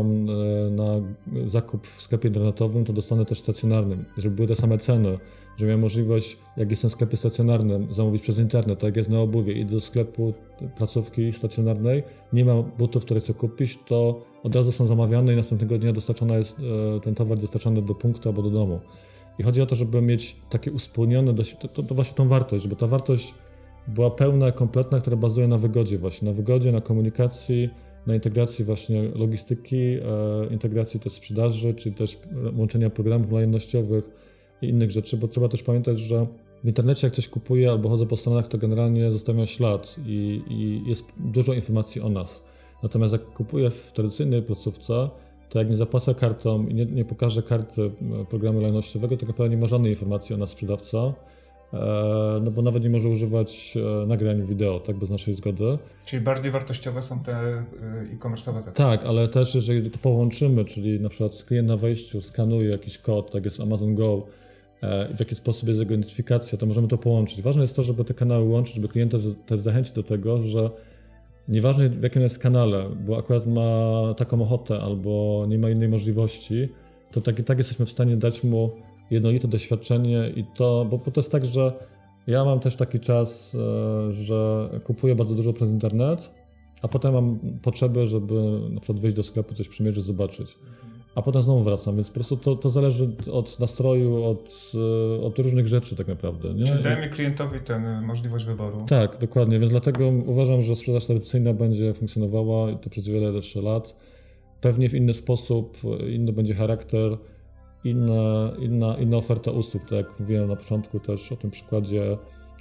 na zakup w sklepie internetowym, to dostanę też stacjonarnym, żeby były te same ceny, że miałem możliwość, jak jestem w sklepie stacjonarnym, zamówić przez internet, tak jak jest na obuwie, idę do sklepu placówki stacjonarnej, nie ma butów, które chcę kupić, to od razu są zamawiane i następnego dnia dostarczona jest ten towar dostarczany do punktu albo do domu. I chodzi o to, żeby mieć takie uspójnione, to, to, to właśnie tą wartość, żeby ta wartość była pełna, kompletna, która bazuje na wygodzie właśnie, na wygodzie, na komunikacji, na integracji właśnie logistyki, e, integracji też sprzedaży, czy też łączenia programów lojalnościowych i innych rzeczy, bo trzeba też pamiętać, że w internecie jak coś kupuję albo chodzę po stronach, to generalnie zostawiam ślad i, i jest dużo informacji o nas. Natomiast jak kupuję w tradycyjnej placówce, to jak nie zapłacę kartą i nie, nie pokażę karty programu lojalnościowego, to naprawdę nie ma żadnej informacji o nas sprzedawca, no bo nawet nie może używać nagrań wideo, tak, bez naszej zgody. Czyli bardziej wartościowe są te e-commerce'owe zakupy. Tak, ale też jeżeli to połączymy, czyli na przykład klient na wejściu skanuje jakiś kod, tak jest Amazon Go, w jaki sposób jest jego identyfikacja, to możemy to połączyć. Ważne jest to, żeby te kanały łączyć, żeby klienta też zachęcić do tego, że nieważne w jakim jest kanale, bo akurat ma taką ochotę albo nie ma innej możliwości, to tak i tak jesteśmy w stanie dać mu jednolite doświadczenie i to, bo, bo to jest tak, że ja mam też taki czas, że kupuję bardzo dużo przez internet, a potem mam potrzebę, żeby na przykład wyjść do sklepu, coś przymierzyć, zobaczyć. A potem znowu wracam, więc po prostu to, to zależy od nastroju, od, od różnych rzeczy tak naprawdę. Nie? Czyli dajemy klientowi tę możliwość wyboru. Tak, dokładnie, więc dlatego uważam, że sprzedaż tradycyjna będzie funkcjonowała i to przez wiele jeszcze lat. Pewnie w inny sposób, inny będzie charakter, inna, inna, inna oferta usług, tak jak mówiłem na początku też o tym przykładzie,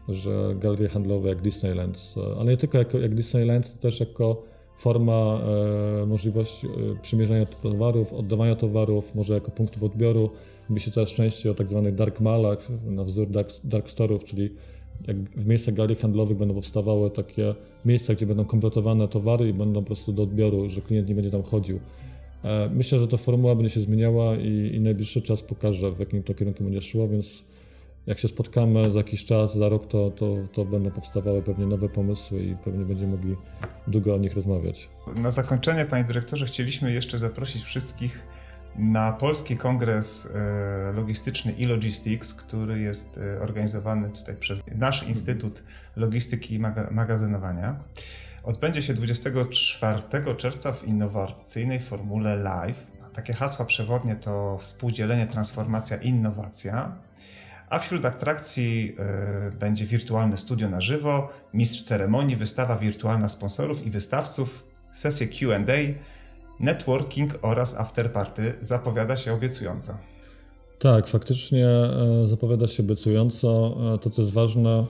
że galerie handlowe jak Disneyland, ale nie tylko jako, jak Disneyland, to też jako forma e, możliwości e, przymierzenia towarów, oddawania towarów, może jako punktów odbioru. Mówi się coraz częściej o tak zwanych dark mallach, na wzór dark, dark store'ów, czyli jak w miejscach galerii handlowych będą powstawały takie miejsca, gdzie będą kompletowane towary i będą po prostu do odbioru, że klient nie będzie tam chodził. E, myślę, że ta formuła będzie się zmieniała i, i najbliższy czas pokaże, w jakim to kierunku będzie szło, więc jak się spotkamy za jakiś czas, za rok, to, to, to będą powstawały pewnie nowe pomysły i pewnie będziemy mogli długo o nich rozmawiać. Na zakończenie, panie dyrektorze, chcieliśmy jeszcze zaprosić wszystkich na Polski Kongres Logistyczny e-Logistics, który jest organizowany tutaj przez nasz Instytut Logistyki i Magazynowania. Odbędzie się dwudziestego czwartego czerwca w innowacyjnej formule live. Takie hasła przewodnie to współdzielenie, transformacja, innowacja. A wśród atrakcji y, będzie wirtualne studio na żywo, mistrz ceremonii, wystawa wirtualna sponsorów i wystawców, sesje Q and A, networking oraz afterparty. Zapowiada się obiecująco. Tak, faktycznie e, zapowiada się obiecująco. E, to, co jest ważne,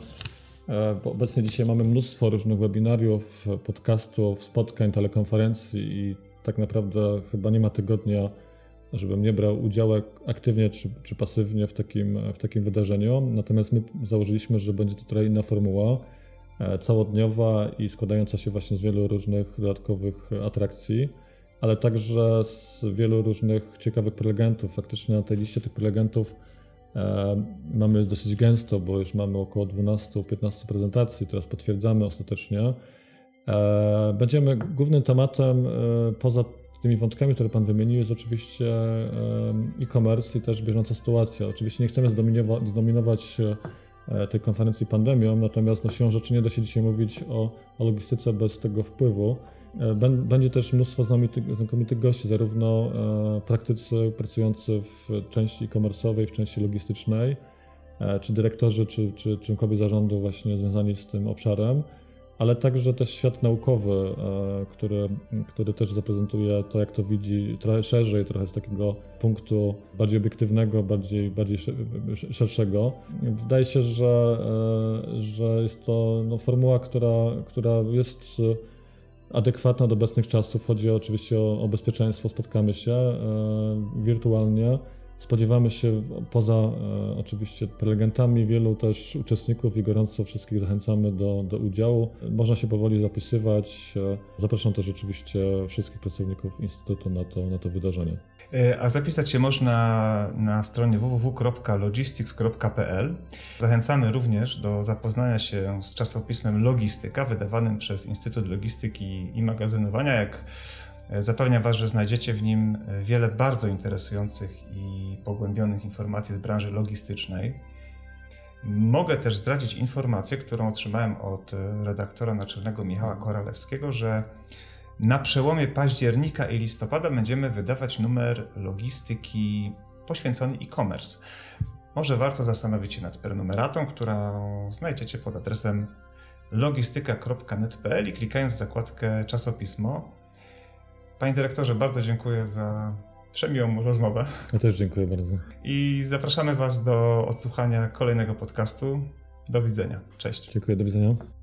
e, bo obecnie dzisiaj mamy mnóstwo różnych webinariów, podcastów, spotkań, telekonferencji i tak naprawdę chyba nie ma tygodnia, żebym nie brał udziału aktywnie czy, czy pasywnie w takim, w takim wydarzeniu. Natomiast my założyliśmy, że będzie to trochę inna formuła, e, całodniowa i składająca się właśnie z wielu różnych dodatkowych atrakcji, ale także z wielu różnych ciekawych prelegentów. Faktycznie na tej liście tych prelegentów e, mamy dosyć gęsto, bo już mamy około dwanaście do piętnastu prezentacji, teraz potwierdzamy ostatecznie. E, będziemy głównym tematem e, poza tymi wątkami, które Pan wymienił, jest oczywiście e-commerce i też bieżąca sytuacja. Oczywiście nie chcemy zdominować, zdominować tej konferencji pandemią, natomiast no, siłą rzeczy nie da się dzisiaj mówić o, o logistyce bez tego wpływu. Będzie też mnóstwo znakomitych gości, zarówno praktycy pracujący w części e-commerce'owej, w części logistycznej, czy dyrektorzy, czy, czy członkowie zarządu właśnie związani z tym obszarem, ale także też świat naukowy, który, który też zaprezentuje to, jak to widzi trochę szerzej, trochę z takiego punktu bardziej obiektywnego, bardziej, bardziej szerszego. Wydaje się, że, że jest to no, formuła, która, która jest adekwatna do obecnych czasów. Chodzi oczywiście o, o bezpieczeństwo, spotkamy się wirtualnie. Spodziewamy się poza e, oczywiście prelegentami wielu też uczestników i gorąco wszystkich zachęcamy do, do udziału. Można się powoli zapisywać. Zapraszam też oczywiście wszystkich pracowników Instytutu na to, na to wydarzenie. A zapisać się można na stronie w w w kropka logistics kropka p l. Zachęcamy również do zapoznania się z czasopismem Logistyka, wydawanym przez Instytut Logistyki i Magazynowania. Jak zapewniam Was, że znajdziecie w nim wiele bardzo interesujących i pogłębionych informacji z branży logistycznej. Mogę też zdradzić informację, którą otrzymałem od redaktora naczelnego Michała Koralewskiego, że na przełomie października i listopada będziemy wydawać numer logistyki poświęcony e-commerce. Może warto zastanowić się nad prenumeratą, którą znajdziecie pod adresem logistyka kropka net kropka p l i klikając w zakładkę czasopismo. Panie dyrektorze, bardzo dziękuję za przemiłą rozmowę. Ja też dziękuję bardzo. I zapraszamy Was do odsłuchania kolejnego podcastu. Do widzenia. Cześć. Dziękuję, do widzenia.